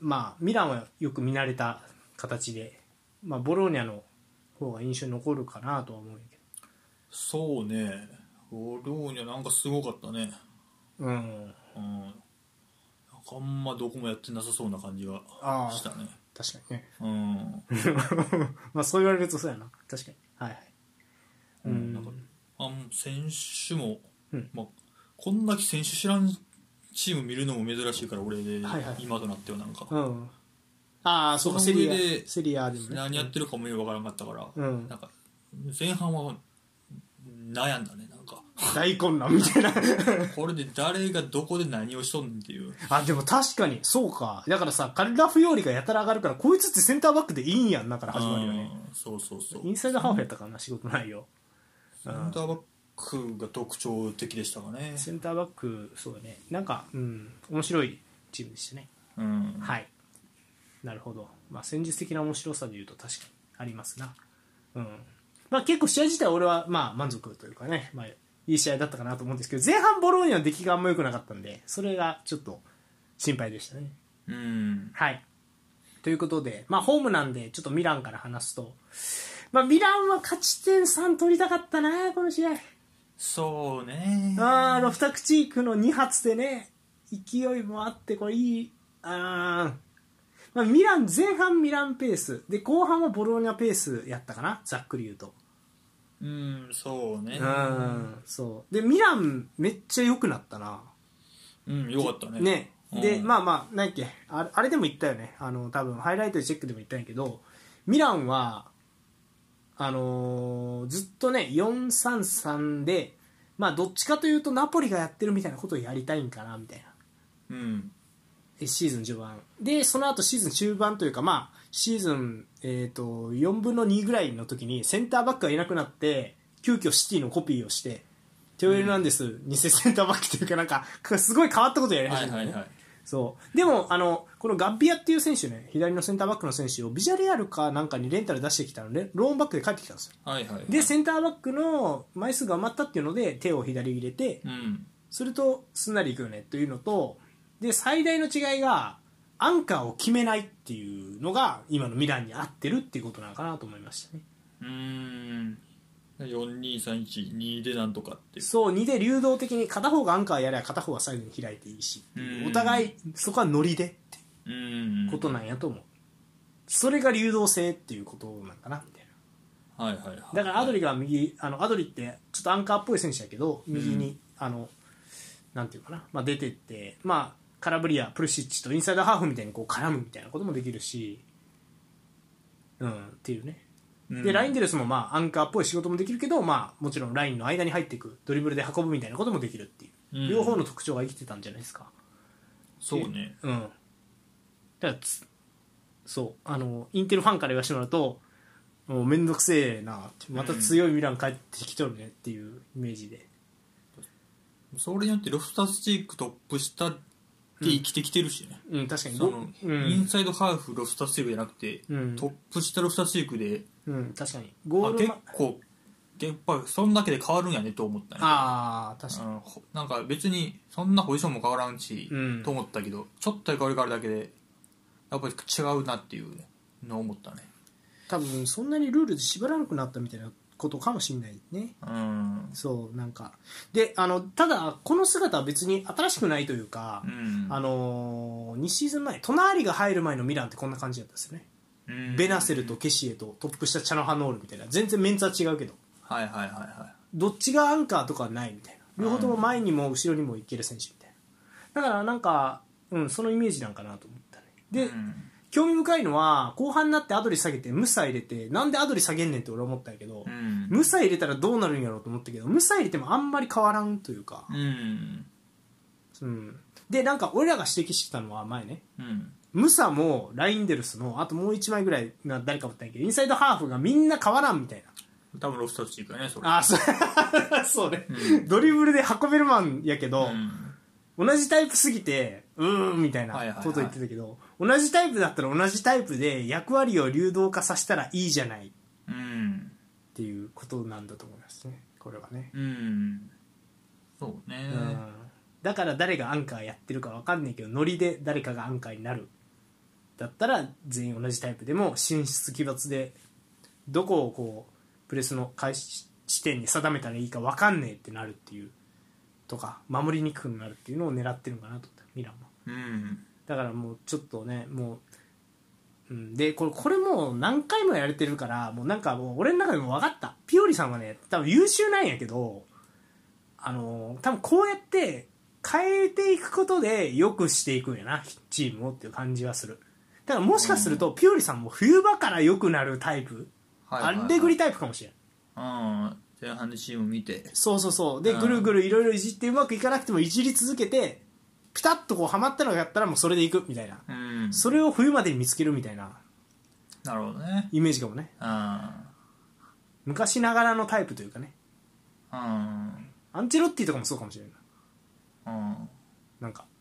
まあミランはよく見慣れた形で、まあ、ボローニャの方が印象に残るかなとは思うけど。 そうね、ボローニャなんかすごかったね。 うん、うん、 なんかあんまどこもやってなさそうな感じがしたね。 確かにね、 うん、 まあそう言われるとそうやな、確かに。はいはい、 うん、なんかあん選手も、 うん、 まあ、こんだけ選手知らんチーム見るのも珍しいから俺で、 はいはい、 今となってはなんか、 うん、ああそうか、セリアセリアでもね、 何やってるかもよくわからなかったから、 うん、 なんか前半は悩んだね、なんか大混乱みたいなこれで誰がどこで何をしとんっていう。 あでも確かにそうか、だからさカルラフヨーリがやたら上がるからこいつってセンターバックでいいんやんだから始まるよね。 そうそうそう、 インサイドハーフやったかな、仕事ないよ。 センターバックが特徴的でしたかね。 センターバックそうだね、なんかうん面白いチームでしたね。 うん、 はい、なるほど。まあ戦術的な面白さでいうと確かにありますな。うん、まあ結構試合自体は俺はまあ満足というかね、まあいい試合だったかなと思うんですけど、前半ボローニャの出来があんま良くなかったんで、それがちょっと心配でしたね。 うん、 はい。ということで、まあホームなんでちょっとミランから話すと、まあミランは勝ち点さん取りたかったなこの試合。 そうね。 あーロフタクチークのに発でね、勢いもあってこれいい。あー、まあ、ミラン前半ミランペースで後半はボローニャペースやったかな、ざっくり言うと。 うん、そうね。 うん、そうでミランめっちゃ良くなったな。 うん、よかったね。 ねで、 うん、 まあまあ何やっけ、あれ、あれでも言ったよね、あの多分ハイライトでチェックでも言ったんやけど、ミランはあのー、ずっとねよんさんさんで、まあどっちかというとナポリがやってるみたいなことをやりたいんかなみたいな、 うん、 シーズン序盤で、その後シーズン中盤というか、まあシーズン、えー、とよんぶんのにぐらいの時にセンターバックがいなくなって急遽シティのコピーをしてテオ・エルナンデス偽センターバックというか、なんかすごい変わったことをやり始めたね、はいはいはい、そうでもあのこのガッビアっていう選手ね、左のセンターバックの選手をビジャレアルかなんかにレンタル出してきたのでローンバックで帰ってきたんですよ、 はいはいはい、 でセンターバックの枚数が余ったっていうので手を左入れて、 うん、 するとすんなりいくよねというのと、で最大の違いがアンカーを決めないっていうのが今のミランに合ってるっていうことなのかなと思いましたね。 うーん、よんにさんいちにでなんとかっていう、 そうにで流動的に片方がアンカーやれば片方はサイドに開いていいし、お互いそこはノリでってことなんやと思う。それが流動性っていうことなんかなみたいな、はいはいはい、 だからアドリが右、あのアドリってちょっとアンカーっぽい選手だけど右に、うん、あのなんていうかな、まあ、出てってまあカラブリア、プルシッチとインサイドハーフみたいにこう絡むみたいなこともできるし、うんっていうね。でラインデルスもまあアンカーっぽい仕事もできるけど、まあもちろんラインの間に入っていくドリブルで運ぶみたいなこともできるっていう、うん、両方の特徴が生きてたんじゃないですか。 そうね。 うん。だからつそうあのインテルファンから言わせてもらうと、もうめんどくせえな、また強いミラン帰ってきとるねっていうイメージで。 それによってロフタスチークトップ下って生きてきてるしね、 うん、うん、確かにその、うん、インサイドハーフロフタスチークじゃなくて、うん、トップ下ロフタスチークで、 うん、確かにゴール、 結構やっぱそんだけで変わるんやねと思ったね。 ああ確かに、 うん、なんか別にそんなポジションも変わらんし、うん、と思ったけどちょっと変わる変わるだけでやっぱり違うなっていうのを思ったね。 多分そんなにルールで縛らなくなったみたいなことかもしれないね、 うん、 そうなんかであのただこの姿は別に新しくないというか、うん、あのにシーズンまえ隣が入る前のミランってこんな感じだったんですよね、うん、ベナセルとケシエとトップ下チャノハノールみたいな、全然メンツは違うけど、 はいはいはいはい、 どっちがアンカーとかはないみたいな、両方とも前にも後ろにも行ける選手みたいな、だからなんか、うん、そのイメージなんかなと思ったね。で、うん、興味深いのは後半になってアドリ下げてムサ入れて、なんでアドリ下げんねんって俺は思ったんやけど、うん、ムサ入れたらどうなるんやろうと思ったけど、ムサ入れてもあんまり変わらんというか、うんうん、でなんか俺らが指摘してたのは前ね、うん、ムサもラインデルスのあともういちまいぐらいな誰かも言ったんやけど、インサイドハーフがみんな変わらんみたいな、 多分ロフトチークねそれ。 あそうそうね、うん、ドリブルで運べるマンやけど、うん、同じタイプすぎてうーんみたいなこと言ってたけど、はいはいはい、同じタイプだったら同じタイプで役割を流動化させたらいいじゃない、うん、っていうことなんだと思いますね、これはね、うん、 そうね、 うん、だから誰がアンカーやってるか分かんないけどノリで誰かがアンカーになるだったら全員同じタイプでも神出鬼没でどこをこうプレスの開始地点に定めたらいいか分かんねえってなるっていうとか守りにくくなるっていうのを狙ってるのかなと思ったミランは、 うん、 だからもうちょっとねもう、うん、でこれこれもう何回もやれてるからもうなんかもう俺の中でも分かった。ピオリさんはね多分優秀なんやけどあの多分こうやって変えていくことで良くしていくんやなチームをっていう感じはする。だからもしかすると、うん、ピオリさんも冬場から良くなるタイプ、はいはいはい、アレグリタイプかもしれん。 うん、前半のチーム見てそうそうそうで、うん、ぐるぐるいろいろいじってうまくいかなくてもいじり続けてピタッとこうハマったのがやったらもうそれでいくみたいな、うん、それを冬までに見つけるみたいななるほどねイメージかもね、 うん、 昔ながらのタイプというかね、 うん、 アンチェロッティとかもそうかもしれない、 うん、 なんか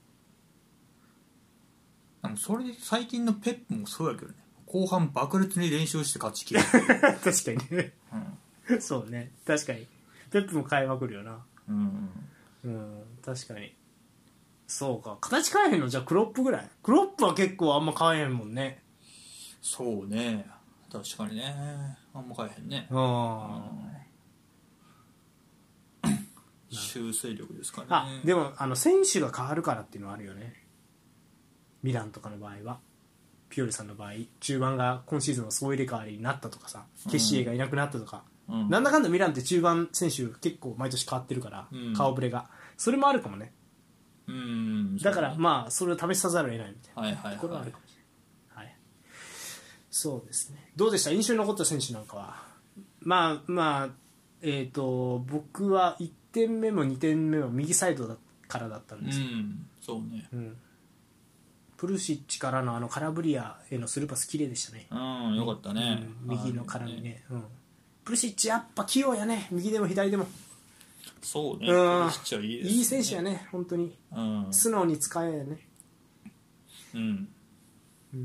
なんかそれで最近のペップもそうやけどね後半爆裂に練習して勝ちきる確かにね、うん、そうね確かにペップも変えまくるよなうん、うん、確かにそうか形変えへんのじゃあクロップぐらいクロップは結構あんま変えへんもんね。 そうね確かにねあんま変えへんねあ、 うん、修正力ですかね。 あでもあの選手が変わるからっていうのはあるよねミランとかの場合は。ピオリさんの場合中盤が今シーズンは総入れ替わりになったとかさケシエがいなくなったとか、うん、なんだかんだミランって中盤選手結構毎年変わってるから、うん、顔ぶれがそれもあるかもね、 うん、 だからまあそれを試さざるを得ないみたいな、 はいはいはい、 ところはあるかもしれない、はい、そうですね。どうでした印象に残った選手なんかは。まあまあえーと僕はいってんめもにてんめも右サイドだからだったんですけど、 うん、そうね、 うん、プルシッチからのあのカラブリアへのスルーパス綺麗でしたね。 うん、よかったね、 うん、右の絡みね、うん、プルシッチやっぱ器用やね右でも左でも。 そうね、プルシッチはいいですね。 いい選手やね本当に、うん、素直に使えやね。 うん、 うん、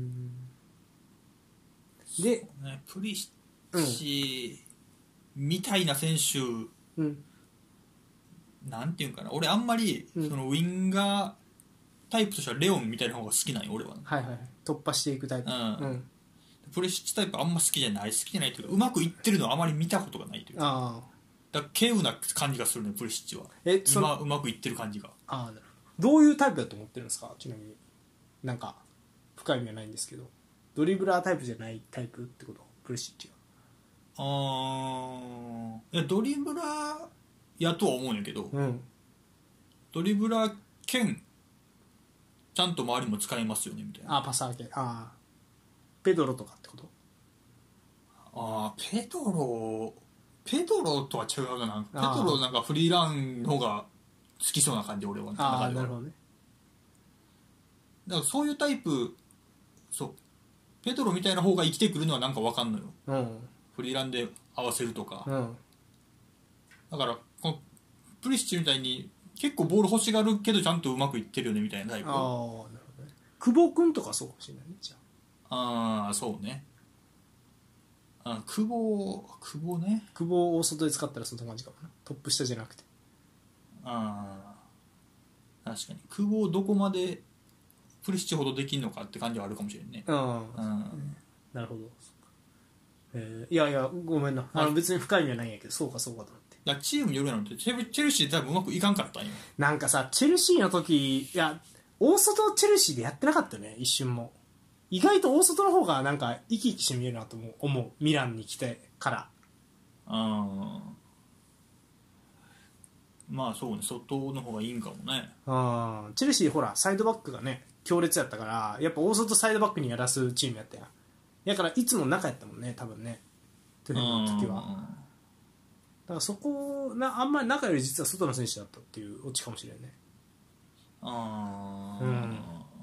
で、 ね、プリシッチみたいな選手、うん、なんていうんかな俺あんまり、うん、そのウィンガータイプとしてはレオンみたいな方が好きなんよ俺は、ね、 はいはい突破していくタイプ、うんうん、プリシッチタイプあんま好きじゃない好きじゃないというかうまくいってるのはあまり見たことがないというかあだから稀有な感じがするねプリシッチは。え今うまくいってる感じが。 あなるほど。どういうタイプだと思ってるんですかちなみに。なんか深い意味はないんですけどドリブラータイプじゃないタイプってことプリシッチは。 あいやドリブラーやとは思うんやけど、うん、ドリブラー兼ちゃんと周りも使いますよねみたいな。 あパサー系あペドロとかってこと。 あペドロペドロとは違うな。ペドロなんかフリーランの方が好きそうな感じ俺は。 ああなるほどね。 だからそういうタイプそうペドロみたいな方が生きてくるのはなんか分かんのよ、うん、フリーランで合わせるとか、うん、だからこのプリシッチみたいに結構ボール欲しがるけどちゃんとうまくいってるよねみたいなタイプ。ああなるほどね。久保君とかそうかもしれないねじゃあ。ああそうね。あ久保久保ね。 久保を大外で使ったらそんな感じかもなトップ下じゃなくて。 ああ確かに久保どこまでプリシッチほどできんのかって感じはあるかもしれんね。ああ、うん、 なるほど。えー、いやいやごめんなあの別に深い意味はないんやけどそうかそうかと思って。 いやチームによるやろってチェルシーで多分うまくいかんかったんよ。 なんかさチェルシーの時いや大外チェルシーでやってなかったよね一瞬も。意外と大外の方がなんか生き生きして見えるなと思う思うミランに来てから。ああまあそうね外の方がいいんかもね。 あチェルシーほらサイドバックがね強烈やったからやっぱ大外サイドバックにやらすチームやったやん。だからいつも中やったもんね多分ねトゥヘルの時は。だからそこなあんまり中より実は外の選手だったっていうオチかもしれないね。 ああ、うん、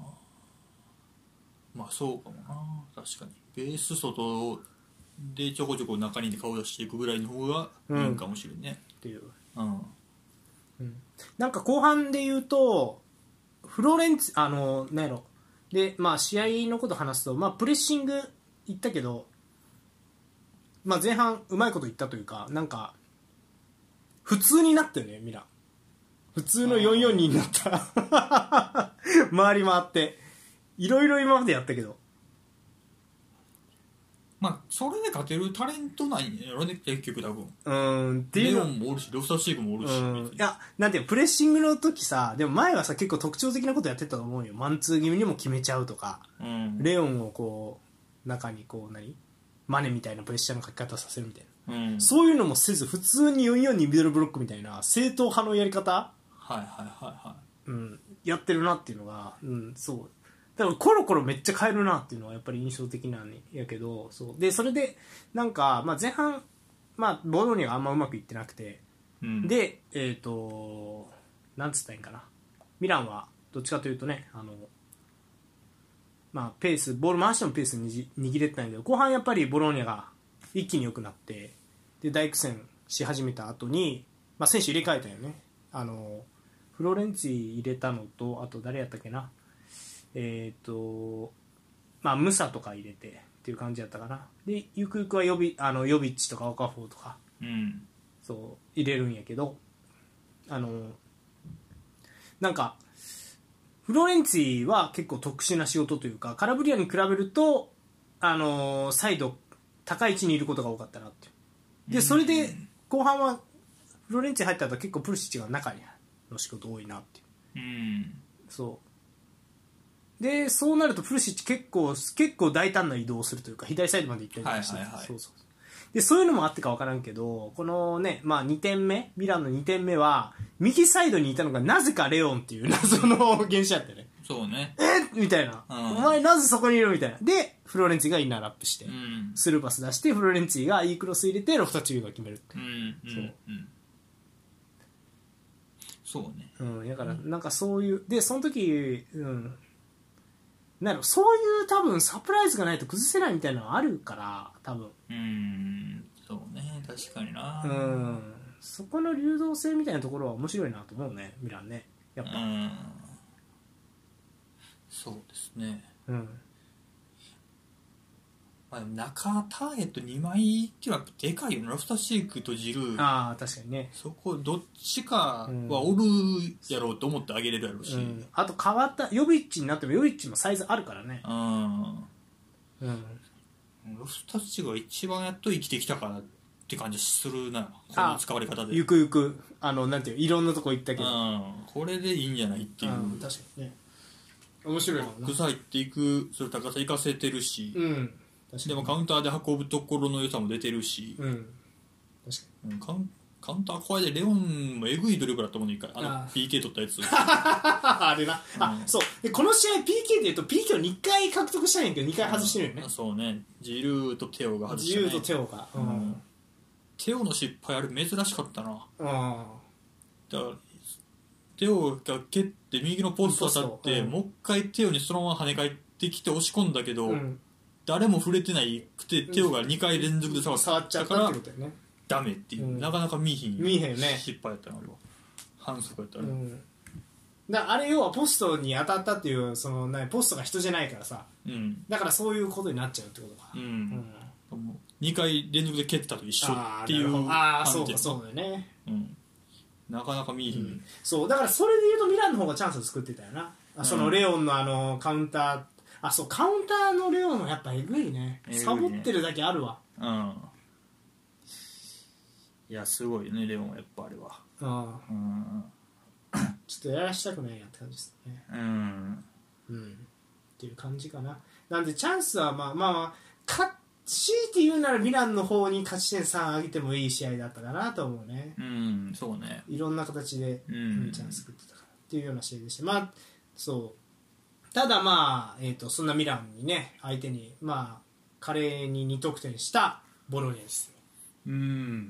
まあそうかもな確かにベース外でちょこちょこ中に顔出していくぐらいの方がいいかもしれんね、うん、っていう、うんうん、なんか後半で言うとフローレンツあのなんやろでまあ試合のこと話すとまあプレッシングいったけどまあ前半うまいこといったというかなんか普通になったよねミラン普通のよんよんにになった回り回っていろいろ今までやったけど、 まあそれで勝てるタレントなんやろね結局多分。 うんっていうのレオンもおるしロフターシークもおるし、 うん、いやなんていうプレッシングの時さ、でも前はさ結構特徴的なことやってたと思うよ。マンツー気味にも決めちゃうとか、うん、レオンをこう中にこう何マネみたいなプレッシャーのかけ方させるみたいな、うん、そういうのもせず普通によんよんにミドルブロックみたいな正統派のやり方、 はいはいはいはい、 うん、やってるなっていうのが、うん、そうだからコロコロめっちゃ変えるなっていうのはやっぱり印象的なんやけど、そうでそれでなんか、まあ、前半、まあ、ボローニャがあんまうまくいってなくて、うん、でえっ、ー、となんつったらいいんかな、ミランはどっちかというとね、あの、まあ、ペースボール回してもペースに握れてないんだけど、後半やっぱりボローニャが一気に良くなってで大苦戦し始めた後に、まあ、選手入れ替えたよね。あのフロレンツィ入れたのと、あと誰やったっけな、えっ、ー、とまあムサとか入れてっていう感じやったかな。でゆくゆくはヨビあのヨビッチとかオカフォーとか、うん、そう入れるんやけど、あのなんかフロレンツィは結構特殊な仕事というか、カラブリアに比べるとあのサイド高い位置にいることが多かったなってで、それで後半はフロレンツィ入った後は結構プルシッチが中にの仕事多いなっていう、うん、そうでそうなるとプルシッチ結構結構大胆な移動をするというか左サイドまで行ったりとかして、はいはいはい、そうそうでそういうのもあってか分からんけど、このね、まあ、にてんめミランのにてんめは右サイドにいたのがなぜかレオンっていう謎の現象やったね。 そうね、 えみたいな、うん、お前なぜそこにいるみたいな。でフロレンツィがインナーラップして、うん、スルーパス出してフロレンツィがいいクロス入れてロフタチューが決めるって、うん、そう、うん、 そうね、 うん、だからなんかそういうでその時、うん、なんだろう、そういう多分サプライズがないと崩せないみたいなのがあるから多分、 うん、そうね、確かにな、 うん、そこの流動性みたいなところは面白いなと思うね、ミランね、やっぱ、うん、 そうですね、 うん、 まあ、中ターゲットにまいっていうのはでかいよね。ロフターシークとジルー、 ああ確かにね、 そこどっちかはおるやろうと思ってあげれるやろうし、うん、 あと変わったヨビッチになってもヨビッチもサイズあるからね、うん、 うん、ロフターシークが一番やっと生きてきたかなって感じするな、この使われ方で。 ゆくゆくあのなんていういろんなとこ行ったけど、 うん、これでいいんじゃないっていう、うん、 確かにね、面白いもんな、 草入っていくそれ高さ生かせてるし、うん、でもカウンターで運ぶところの良さも出てるし、うん、確かに、うん、カウンカウンターこれでレオンもエグいドリブルだったもんね、一回あの ピーケー 取ったやつあれな、うん、あそうでこの試合 ピーケー でいうと ピーケー をにかい獲得したんやけどにかい外してるよね、うん、 そうね、ジルーとテオが外した、ね、 ジルーとテオが、うん、 テオの失敗あれ珍しかったな、うん、だからテオが蹴って右のポスト当たって、うん、もう一回テオにそのまま跳ね返ってきて押し込んだけど、うん、誰も触れてないくてテオがにかい連続で触ったからダメっていう、うん、なかなか見えひん見えへんね、 失敗やったな、あれは反則やったら、うん、 だあれ要はポストに当たったっていうそのポストが人じゃないからさ、うん、だからそういうことになっちゃうってことか、うんうん、にかい連続で蹴ってたと一緒っていう感じ。 ああそうかそうだよね、うん、 なかなか見えひん、うん、 そうだからそれでいうとミランの方がチャンスを作ってたよな、うん、そのレオンのあのカウンター、あそうカウンターのレオンはやっぱエグいね、えぐいね、サボってるだけあるわ、うん、 いやすごいよねレオンはやっぱあれは、あ、うん、 ちょっとやらしたくないなって感じですね、うん、うん、っていう感じかな。なんでチャンスはまあまあ、まあ、勝強いて言うならミランの方に勝ち点さん上げてもいい試合だったかなと思うね、 うん、そうね、 いろんな形で、うん、チャンス作ってたからっていうような試合でした。まあそうただまあ、えー、とそんなミランにね相手にまあ華麗にに得点したボローニャです、うん、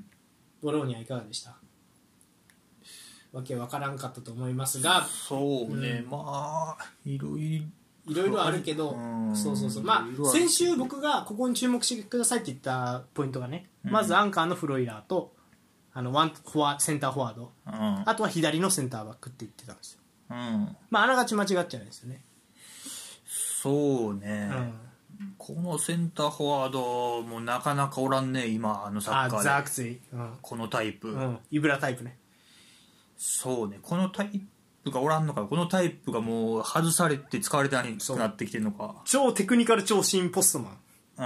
ボローニャいかがでした？わけわからんかったと思いますが、 そうね、うん、まあいろいろいろいろあるけど、うん、そうそうそう、まあ先週僕がここに注目してくださいって言ったポイントがね、うん、まずアンカーのフロイラーとあのワンフォアセンターフォワード、うん、あとは左のセンターバックって言ってたんですよ、うん、まああながち間違っちゃないですよね。 そうね、うん、このセンターフォワードもなかなかおらんね今あのサッカーで。あザークツイ、うん、 このタイプ、うん、イブラタイプね。 そうね、このタイプがおらんのか、このタイプがもう外されて使われてなくなってきてるのか。 超テクニカル超新ポストマン。 うん、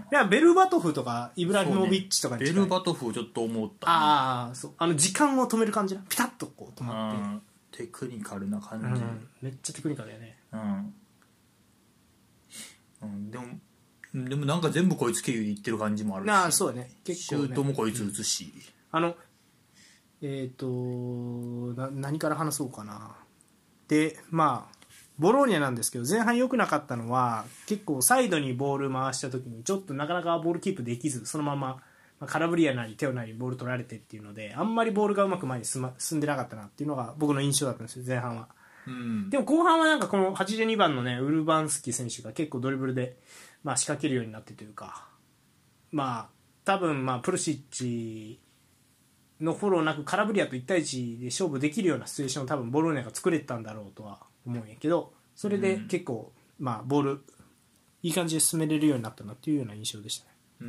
いやベルバトフとかイブラヒモビッチとかに近い、ね、ベルバトフをちょっと思った、ね、 ああそう、あの時間を止める感じな、ピタッとこう止まって、うん、 テクニカルな感じ、 うん、めっちゃテクニカルだよね、 うんうん、でもでもなんか全部こいつ経由でいってる感じもあるし、 ああそうだね、結構ね、 シュートもこいつ打つし、うん、 あのえっ、ー、とな何から話そうかな。でまあボローニャなんですけど、前半良くなかったのは結構サイドにボール回した時にちょっとなかなかボールキープできず、そのまま、まあ、空振りやなり手をなりボール取られてっていうので、あんまりボールがうまく前に進、ま、進んでなかったなっていうのが僕の印象だったんですよ、前半は、うん、でも後半はなんかこのはちじゅうにばんのねウルバンスキ選手が結構ドリブルで、まあ、仕掛けるようになってというか、まあ多分まあプルシッチのフォローなく空振りやといち対いちで勝負できるようなシチュエーションを多分ボローニャが作れてたんだろうとは思うんやけど、それで結構、うん、まあボールいい感じで進めれるようになったなっていうような印象でしたね。うん、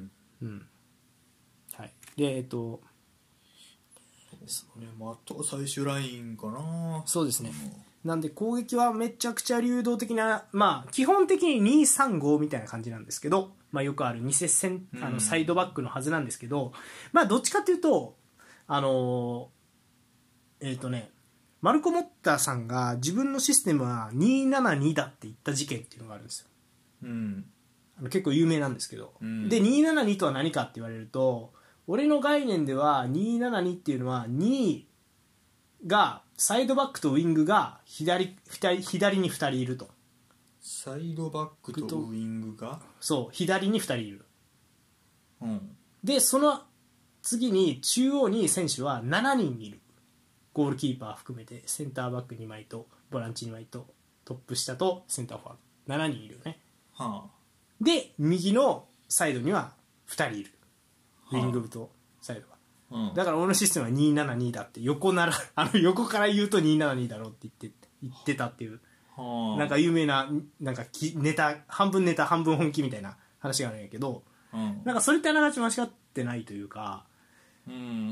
うん、はい。でえっとそうね、まあ、あと最終ラインかな。 そうですね。なんで攻撃はめちゃくちゃ流動的な、まあ基本的ににさんごみたいな感じなんですけど、まあよくある偽セあのサイドバックのはずなんですけど、まあどっちかっていうとあのえっとねマルコ・モッタさんが自分のシステムはにーななにだって言った事件っていうのがあるんですよ、うん、あの結構有名なんですけど、うん、でにーななにとは何かって言われると、俺の概念ではにーななにっていうのはにがサイドバックとウィングが 左, 左にふたりいると。 サイドバックとウィングがそう左にふたりいる、うん、でその次に中央に選手はしちにんいる。ゴールキーパー含めてセンターバックにまいとボランチにまいとトップ下とセンターフォワードしちにんいるよね、はあ、で右のサイドにはふたりいる、ウィングとサイドは、はあ、だから俺のシステムはにーななにだって横ならあの横から言うとにーななにだろうって言って、言ってたっていう、はあ、なんか有名ななんかネタ半分ネタ半分本気みたいな話があるんやけど、うん、なんかそれってあながち間違ってないというか、うん、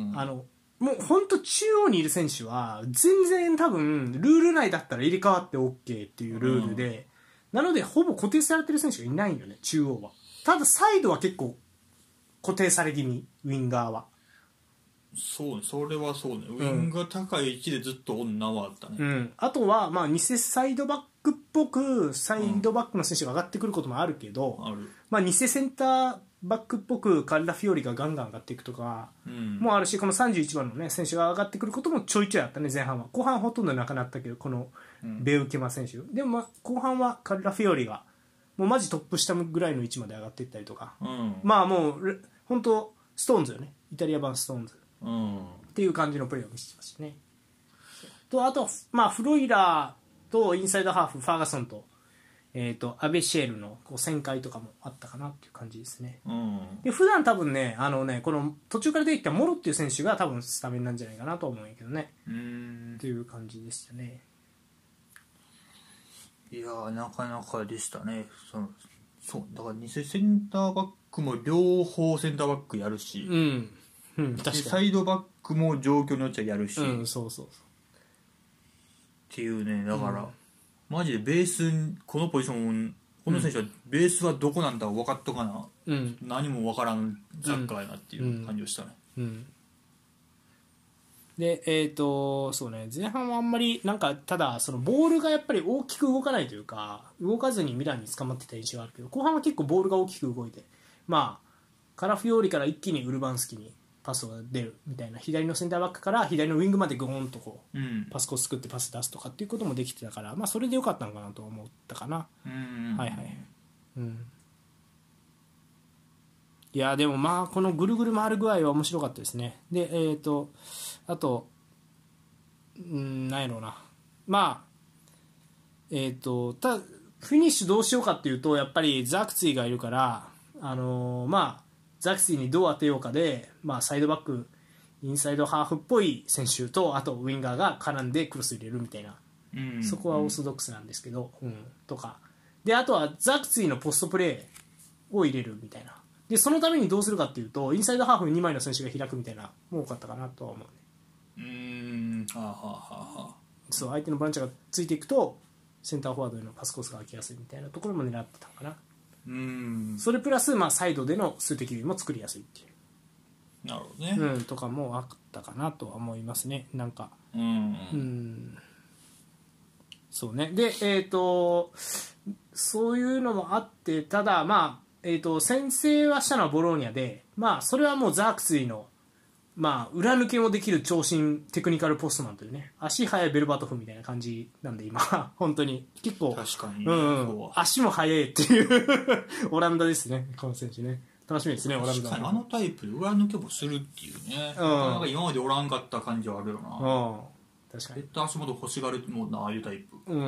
あのもう本当中央にいる選手は全然多分ルール内だったら入れ替わって OK っていうルールで、うん、なのでほぼ固定されてる選手がいないんよね、中央は。ただサイドは結構固定され気味、ウィンガーは。 そう、それはそうね、ウィンガー高い位置でずっと女はあったね、 うん、あとはまあ偽サイドバックっぽくサイドバックの選手が上がってくることもあるけど、うん、ある、まあ、偽センターバックっぽくカルラフィオリがガンガン上がっていくとかもあるし、このさんじゅういちばんの、ね、選手が上がってくることもちょいちょいあったね、前半は。後半ほとんどなくなったけど、このベウケマ選手、うん、でもまあ後半はカルラフィオリがもうマジトップ下ぐらいの位置まで上がっていったりとか、うん、まあもう本当ストーンズよね、イタリア版ストーンズ、うん、っていう感じのプレーを見せてましたね。とあと、まあ、フロイラーとインサイドハーフファーガソンとえー、とアベシェールのこう旋回とかもあったかなっていう感じですね、うん、で普段多分ね、あのねこの途中から出てきたモロっていう選手が多分スタメンなんじゃないかなと思うんやけどね、うーんっていう感じでしたね。 いやーなかなかでしたね。そのそうだから偽センターバックも両方センターバックやるし、うんうん、確かにサイドバックも状況によっちゃやるし、うん、そうそうそうっていうね、だから、うんマジでベースこのポジションこの選手はベースはどこなんだ分かっとかな、うん、何も分からんサッカーやなっていう感じをしたね、うんうん、 でえーとそうね、前半はあんまりなんかただそのボールがやっぱり大きく動かないというか動かずにミランに捕まってた印象があるけど、後半は結構ボールが大きく動いて、まあカラフィオーリから一気にウルバンスキにパスが出るみたいな、左のセンターバックから左のウィングまでグーンとこう、うん、パスコース作ってパス出すとかっていうこともできてたから、まあ、それでよかったのかなと思ったかな、うんうん、はいはい、うん、いやでもまあこのぐるぐる回る具合は面白かったですね。でえっ、ー、とあとうんなんやろうな、まあえっ、ー、とたフィニッシュどうしようかっていうとやっぱりザクツィがいるからあのー、まあザクツィにどう当てようかで、まあ、サイドバックインサイドハーフっぽい選手とあとウィンガーが絡んでクロス入れるみたいな、うん、そこはオーソドックスなんですけど、うん、とかであとはザクツィのポストプレーを入れるみたいなで、そのためにどうするかっていうとインサイドハーフににまいの選手が開くみたいなも多かったかなとは思うね。 うーんはあはあはあそう相手のボランチがついていくとセンターフォワードへのパスコースが空きやすいみたいなところも狙ってたのかな。 うん、 それプラス、まあ、サイドでの数的優位も作りやすいっていう、 なるほどね、 うん、とかもあったかなとは思いますね。なんか、 うん、 うん、そうね。で、えっとそういうのもあって、ただまあ、えーと先制はしたのはボローニャで、まあそれはもうザークスイのまあ、裏抜けもできる長身テクニカルポストマンというね、足速いベルバトフみたいな感じなんで今本当に結構確かに、 うんうん、足も速いっていうオランダですね、この選手ね。楽しみですね、オランダ。 確かにあのタイプで裏抜けもするっていうね、うん、なかなか今までおらんかった感じはあるよな、うん、確かに絶対足元欲しがるもんな、ああいうタイプ。うん、うん、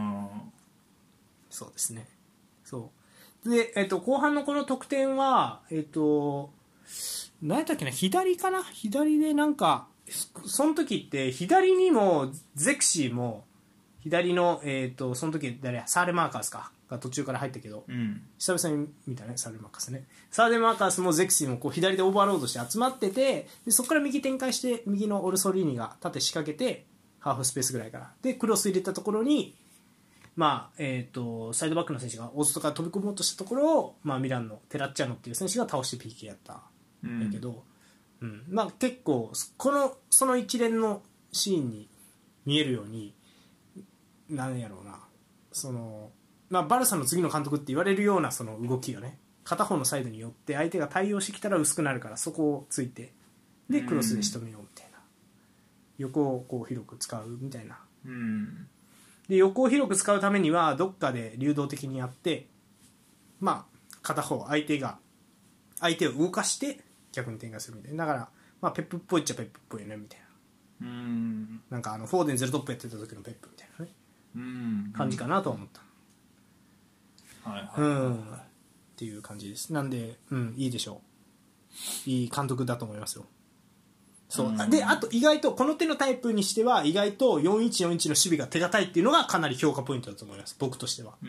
そうですね。そうで、えっと、後半のこの得点はえっと何やったっけな、左かな、左でなんかその時って左にもゼクシーも左の、えー、とその時誰やサーレマーカースかが途中から入ったけど、うん、久々に見たねサーレマーカースね。サーレマーカースもゼクシーもこう左でオーバーロードして集まってて、でそこから右展開して右のオルソリーニが縦仕掛けてハーフスペースぐらいからでクロス入れたところに、まあえー、とサイドバックの選手が大外から飛び込もうとしたところを、まあ、ミランのテラッチャーノっていう選手が倒して ピーケー やっただけど、うんうん、まあ結構このその一連のシーンに見えるようになんやろうな、その、まあ、バルサの次の監督って言われるようなその動きがね、片方のサイドによって相手が対応してきたら薄くなるからそこをついてでクロスで仕留めようみたいな、横をこう広く使うみたいな、うん、で横を広く使うためにはどっかで流動的にやって、まあ片方相手が相手を動かして逆に展開するみたいな。だから、まあ、ペップっぽいっちゃペップっぽいよねみたいな、うん、なんかあのフォーデンゼロトップやってた時のペップみたいなね、うん、感じかなと思った、はいはいはい、うん、っていう感じです。なんで、うん、いいでしょう、いい監督だと思いますよ。そう、うん、であと意外とこの手のタイプにしては意外とよんいちよんいちの守備が手堅いっていうのがかなり評価ポイントだと思います、僕としては。うん、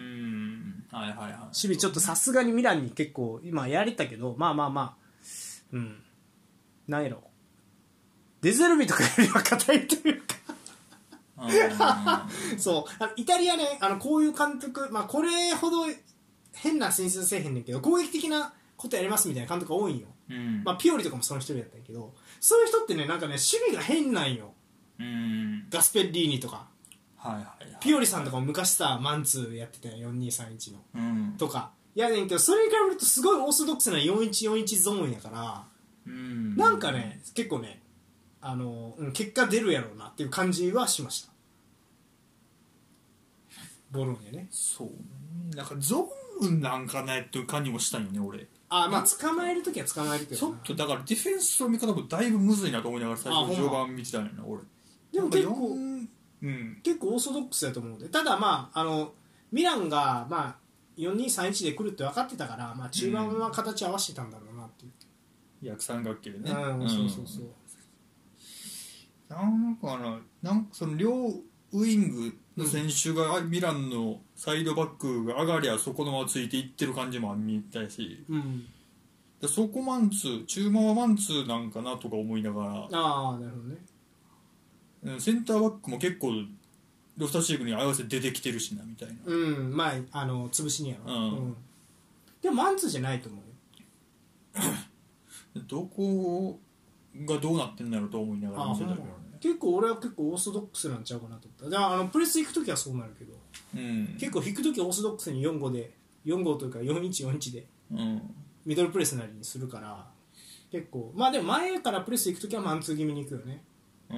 はいはいはい、守備ちょっとさすがにミランに結構今やれたけど、まあまあまあ、うん、なんやろ、デゼルビとかよりは硬いというかそうあのイタリアね、あのこういう監督、まあ、これほど変な戦術せえへんねんけど攻撃的なことやりますみたいな監督が多いんよ、うん、まあ、ピオリとかもその一人だったんやけど、そういう人ってねなんかね守備が変なんよ、うん、ガスペッリーニとか、はいはいはい、ピオリさんとかも昔さマンツーやってたよよんにさんいちの、うん、とかやねんけど、それに比べるとすごいオーソドックスなよんいちよんいちゾーンやから、うん、なんかね結構ねあの結果出るやろうなっていう感じはしました、ボローニャね。 そうね、なんかゾーンなんかねっていう感じもしたんよね俺。 あ、まあ捕まえるときは捕まえるけどちょっとだからディフェンスの見方もだいぶむずいなと思いながら最初序盤見てたんやな俺。 でも結構、うん、結構オーソドックスだと思うので、ただまああのミランがまあよんにさんいちで来るって分かってたから、まあ、中盤は形合わせてたんだろうなっていう、 うん、約三角形でね、 うん、そうそうそう、 なんかな、なんかその両ウイングの選手がミランのサイドバックが上がりゃそこのままついていってる感じも見えたし、うん、でそこマンツー中盤はマンツーなんかなとか思いながら、 ああなるほどね、 センターバックも結構ロフターシークに合わせて出てきてるしなみたいな、 うん、まああの潰しにやろ、うんうん、でもマンツーじゃないと思うよどこがどうなってんだろうと思いながら見せたけどね。 結構俺は結構オーソドックスなんちゃうかなと思った。だからあのプレス行くときはそうなるけど、うん、結構引くときはオーソドックスによんごでよんごというかよんいちよんいちで、うん、ミドルプレスなりにするから結構まあでも前からプレス行くときはマンツー気味に行くよね、うん、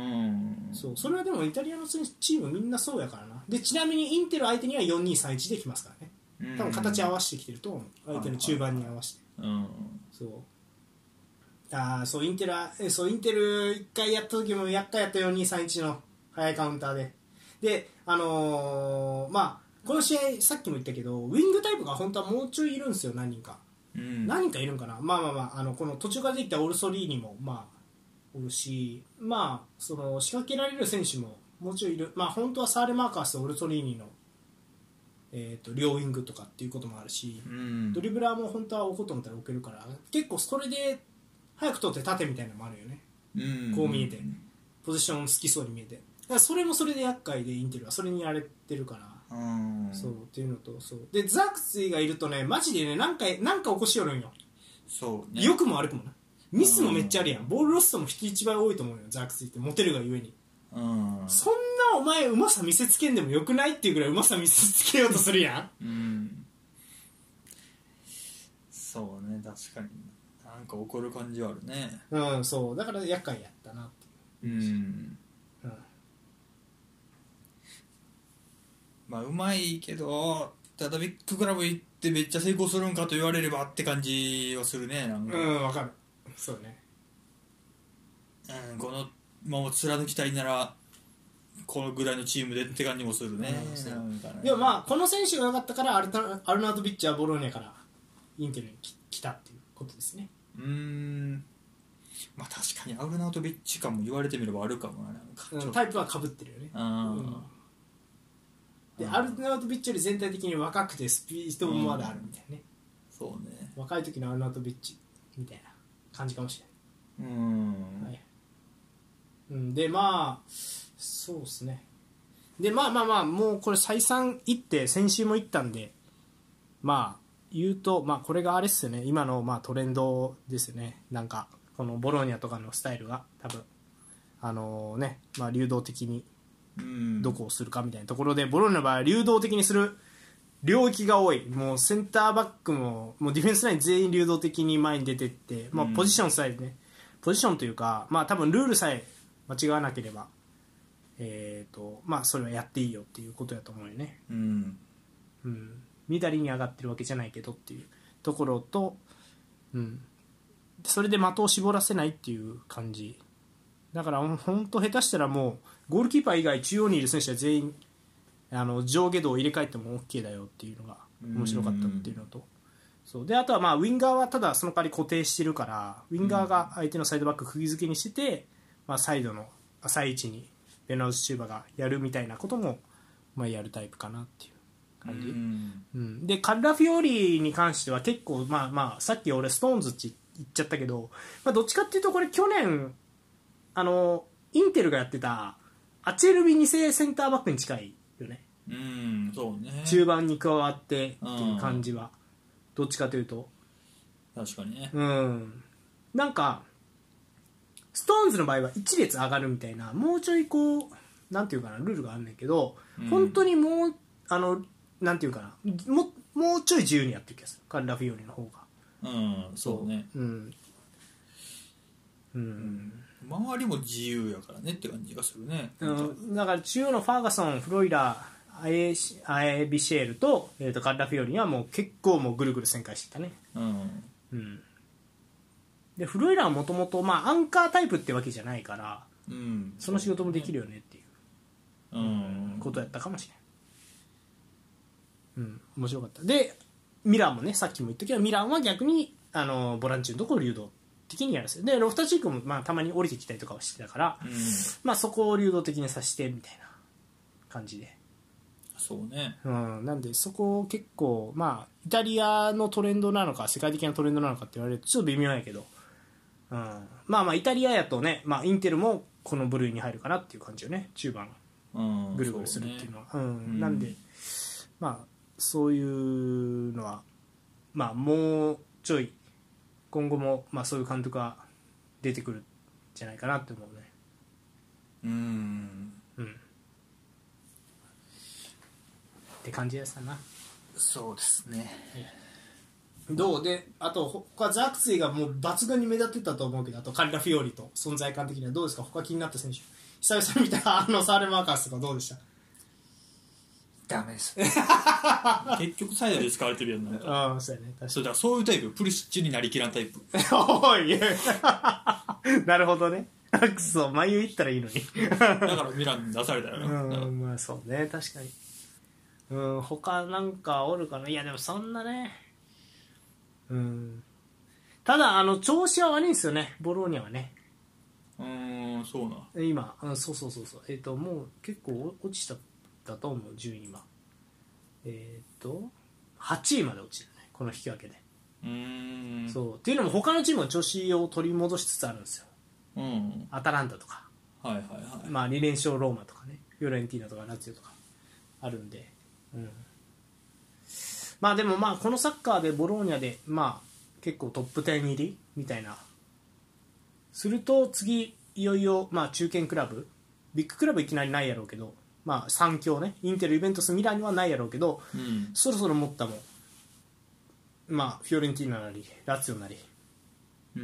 そうそれはでもイタリアのチームみんなそうやからな。でちなみにインテル相手にはよんにさんいちできますからね、多分形合わせてきてると思う、相手の中盤に合わせて、はいはいはい、そうあそうインテルそうインテルいっかいやった時もやっかやったよんにさんいちの早いカウンターでであのー、まあこの試合さっきも言ったけどウィングタイプが本当はもうちょいいるんですよ、何人か、うん、何人かいるんかな。まあまあまあ、あのこの途中からできたオルソリーニもまあおるし、まあその仕掛けられる選手ももうちょいいる。まあ本当はサーレマーカースとオルソリーニのえー、と両ウィングとかっていうこともあるし、うん、ドリブラーも本当は置こうと思ったら置けるから結構それで早く取って縦みたいなのもあるよね、うん、こう見えてポジション好きそうに見えて、 らそれもそれで厄介でインテルはそれにやれてるから、うん、そうっていうのとそうでザークツィがいるとねマジでねなんかなんか起こしよるんよ。 そう、ね、 良くも悪くもなミスもめっちゃあるやん。ボールロストも人一倍多いと思うよザークツィってモテるがゆえに、うん、そんなお前うまさ見せつけんでもよくないっていうぐらいうまさ見せつけようとするやん、うん、 そうね確かになんか怒る感じはあるね。 うんそうだから厄介やったなっていう、うん、うん、 まあうまいけどただビッグクラブ行ってめっちゃ成功するんかと言われればって感じはするね。なんかうんわかるそうね、 うん、このまま貫きたいならこのぐらいのチームでって感じもするね、うん、なんかね。 でもまあこの選手が良かったからアルタアルナートビッチはボローニャからインテルに来たっていうことですね。 うーんまあ確かにアルナートビッチ感も言われてみればあるかもな。なんか、 うん、タイプは被ってるよね。あ、うん、でアルナートビッチより全体的に若くてスピードもまだあるみたいなね、 うん、そうね若い時のアルナートビッチみたいな感じかもしれない。うん、はい、うん、でまあそうですね。でまあまあまあもうこれ再三行って先週も行ったんでまあ言うとまあこれがあれっすよね今のまあトレンドですよね。なんかこのボローニャとかのスタイルが多分あのねまあ流動的にどこをするかみたいなところでボローニャの場合は流動的にする領域が多い。もうセンターバックももうディフェンスライン全員流動的に前に出てって、まあ、ポジションさえねポジションというかまあ多分ルールさえ間違わなければえーとまあそれはやっていいよっていうことだと思うよね。うん、うん、左に上がってるわけじゃないけどっていうところと、うん、それで的を絞らせないっていう感じだから本当下手したらもうゴールキーパー以外中央にいる選手は全員あの上下動を入れ替えても OK だよっていうのが面白かったっていうのと、そうであとはまあウィンガーはただその代わり固定してるからウィンガーが相手のサイドバック釘付けにしてて、まあ、サイドの浅い位置にベナウスチューバがやるみたいなこともまあやるタイプかなっていう感じ。うんうん、でカルラフィオリに関しては結構まあまあさっき俺ストーンズって言っちゃったけど、まあ、どっちかっていうとこれ去年あのインテルがやってたアチェルビに世センターバックに近いよね。 うんそうね中盤に加わってっていう感じはどっちかというと確かにね。 うんなんかストーンズの場合は一列上がるみたいなもうちょいこうなんていうかなルールがあるんだけど、うん、本当にもうあのなんていうかなももうちょい自由にやってる気がするカルラフィオリの方が。 うんそうねうん、うん、 周りも自由やからねって感じがするね。 うん、だから中央のファーガソンフロイラーアエアエビシェール と,、えー、とカルラフィオリにはもう結構もうぐるぐる旋回してたね。うんうん、でフロイラーはもともとアンカータイプってわけじゃないから、うん、その仕事もできるよねっていう、うん、ことやったかもしれない。うん、面白かった。でミランもねさっきも言ったけどミランは逆にあのボランチのところを流動的にやらせる。でロフターチークもまあたまに降りてきたりとかはしてたから、うんまあ、そこを流動的にさせてみたいな感じで。 そうね、 うん、なんでそこ結構まあイタリアのトレンドなのか世界的なトレンドなのかって言われるとちょっと微妙やけど、うん、まあまあイタリアやとね、まあ、インテルもこの部類に入るかなっていう感じよね中盤ぐるぐるするっていうのは。う、ねうん、なんでまあそういうのはまあもうちょい今後もまあそういう監督が出てくるんじゃないかなって思うね。うんうんって感じやさな。 そうですね。 どうであと他ザクツィがもう抜群に目立ってたと思うけどあとカリラフィオリと存在感的にはどうですか。他気になった選手久々に見たあのサーレマーカスとかどうでした。 ダメです結局サイドで使われてるやんなんかああそうやね確かに。 そうだそういうタイププリシッチになりきらんタイプおいなるほどねクソ眉いったらいいのにだからミラン出されたよな。 うんまあそうね確かに。うん他なんかおるかな。いやでもそんなねうんただあの調子は悪いんですよねボローニャはね。 うーんそうな今あそうそうそうそうえっ、ー、ともう結構落ちただと思う順位はえっ、ー、とはちいまで落ちるねこの引き分けで。うーんそうっていうのも他のチームは調子を取り戻しつつあるんですよ、うん、アタランタとか、 はいはいはい、 まあに連勝ローマとかね、フィオレンティーナとかラツィオとかあるんで、うん、まあでもまあこのサッカーでボローニャでまあ結構トップじゅう入りみたいなすると、次いよいよまあ中堅クラブ、ビッグクラブいきなりないやろうけど、まあさん強ね、インテル、ユベントス、ミランにはないやろうけど、 うん、 そろそろ持ったもん、まあフィオレンティーナなりラツィオなり、 うん、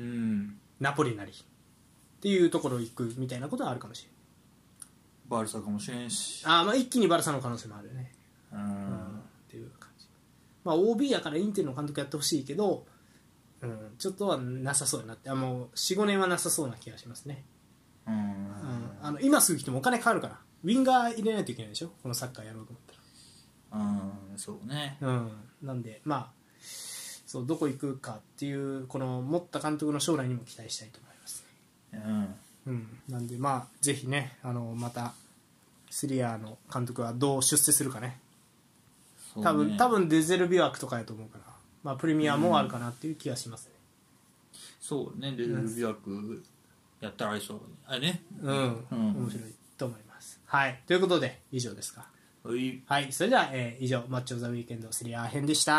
ナポリなりっていうところ行くみたいなことはあるかもしれない。 バルサかもしれんし、 あ、まあ一気にバルサの可能性もあるね、 うん、 うん、っていう感じ。まあ オービー やからインテルの監督やってほしいけど、うん、ちょっとはなさそうになって、あ、もう よん,ご 年はなさそうな気がしますね、 うんうん、 あの今すぐ来てもお金かかるから、ウィンガー入れないといけないでしょ、このサッカーやろうと思ったら。 うん、そうね、 うん、なんでまあそうどこ行くかっていうこの持った監督の将来にも期待したいと思いますね、うんうん、なんでまあぜひね、あのまたセリアの監督はどう出世するかね、 そうね、 多分多分デゼルビ枠とかやと思うから、まあ、プレミアもあるかなっていう気がしますね、 うん、そうね、デゼルビ枠やったらありそうあれね、 うん、うん、面白いと思います。はい、ということで以上ですか。 はい、 はい、それでは、えー、以上マッチョ・ザ・ウィーケンドセリア編でした。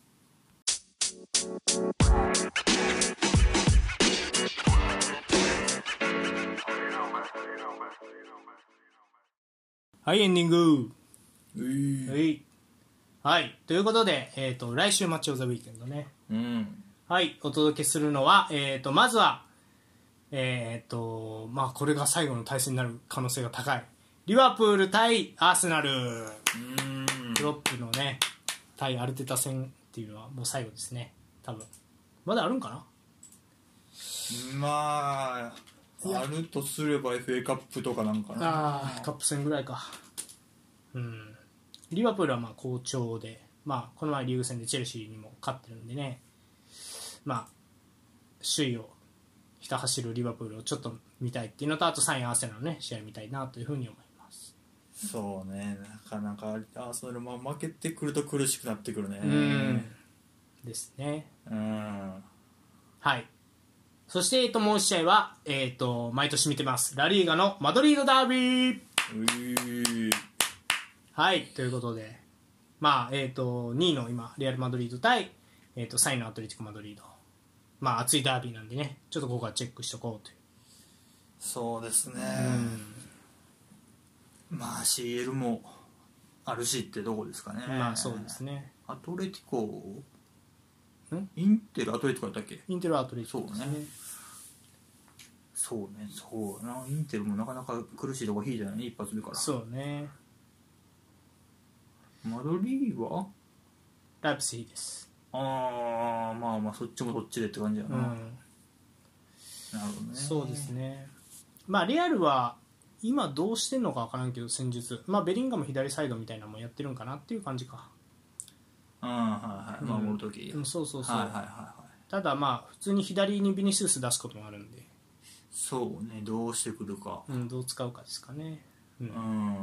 はい、エンディング。はい、はい、ということで、えー、と来週マッチ・オブ・ザ・ウィーケンドね、 うん、 はい、お届けするのは、えー、とまずは、えーとまあ、これが最後の対戦になる可能性が高いリバプール対アーセナル、うん、クロップのね対アルテタ戦っていうのはもう最後ですね、多分まだあるんかな。 まああるとすれば エフエー カップとかなんかな。 あカップ戦ぐらいか。うん、リバプールはまあ好調で、まあ、この前リーグ戦でチェルシーにも勝ってるんでね、まあ、首位をひた走るリバプールをちょっと見たいっていうのと、あとさんいアーセナルの、ね、試合見たいなというふうに思います。 そうね、なかなかアーセナルも負けてくると苦しくなってくるね。 うんですね。 うん、 はい。そして、えっと、もう一試合は、えっと、毎年見てますラリーガのマドリードダービー。 うはい、ということで、まあえっと、にいの今レアルマドリード対、えっと、さんいのアトレティコマドリード、まあ熱いダービーなんでね、ちょっとここはチェックしとこうという。 そうですね、うん、まあ シーエル もあるしってどこですかね。 まあそうですね。 アトレティコんインテルアトレティコだったっけ。 インテルアトレティコですね。 そうね、そうな、インテルもなかなか苦しいとこ引いたよね、一発目から。 そうね。 マドリーはライプツィヒです。 ああ、まあまあそっちもそっちでって感じやな、うん、なるほどね。 そうですね。まあレアルは今どうしてんのか分からんけど、戦術、まあベリンガム左サイドみたいなのもやってるんかなっていう感じか。 うん、はいはい、守るとき、 うん、そうそうそう、 はいはいはいはい。 ただまあ普通に左にビニシウス出すこともあるんで、 そうね、どうしてくるか、 うん、どう使うかですかね。うん、 うん、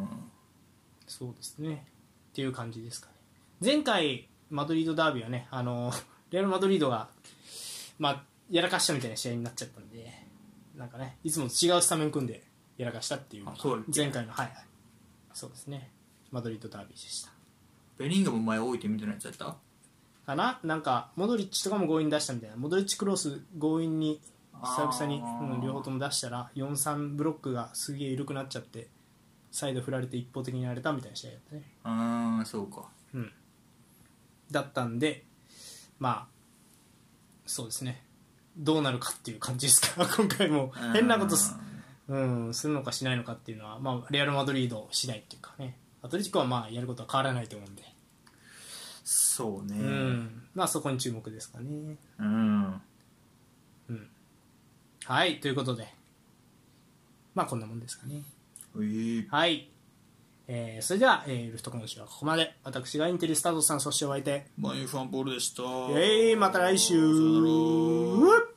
そうですねっていう感じですかね。前回マドリードダービーはね、あのレアルマドリードが、まあ、やらかしたみたいな試合になっちゃったんで、なんかね、いつもと違うスタメン組んでやらかしたっていうのが前回の、はいはい、そうですね、マドリードダービーでした。 ベリンガム前置いてみたいなやつやったかな。なんかモドリッチとかも強引に出したみたいな、モドリッチクロス強引に久々に、うん、両方とも出したらよんさんブロックがすげえ緩くなっちゃってサイド振られて一方的にやれたみたいな試合だったね。 ああ、そうか、 うん、だったんで、まあそうですね、どうなるかっていう感じですから今回も変なことす、うん、するのかしないのかっていうのは、まあ、レアルマドリード次第っていうかね、アトレティコはまあやることは変わらないと思うんで、 そうね、 うん、まあそこに注目ですかね。 うん、 うん、はい、ということでまあこんなもんですかね。はい、えー、それでは、えー、ルフト今週はここまで。私がインテリスタートさん、そしてお相手マイファンボールでした。 えー、また来週。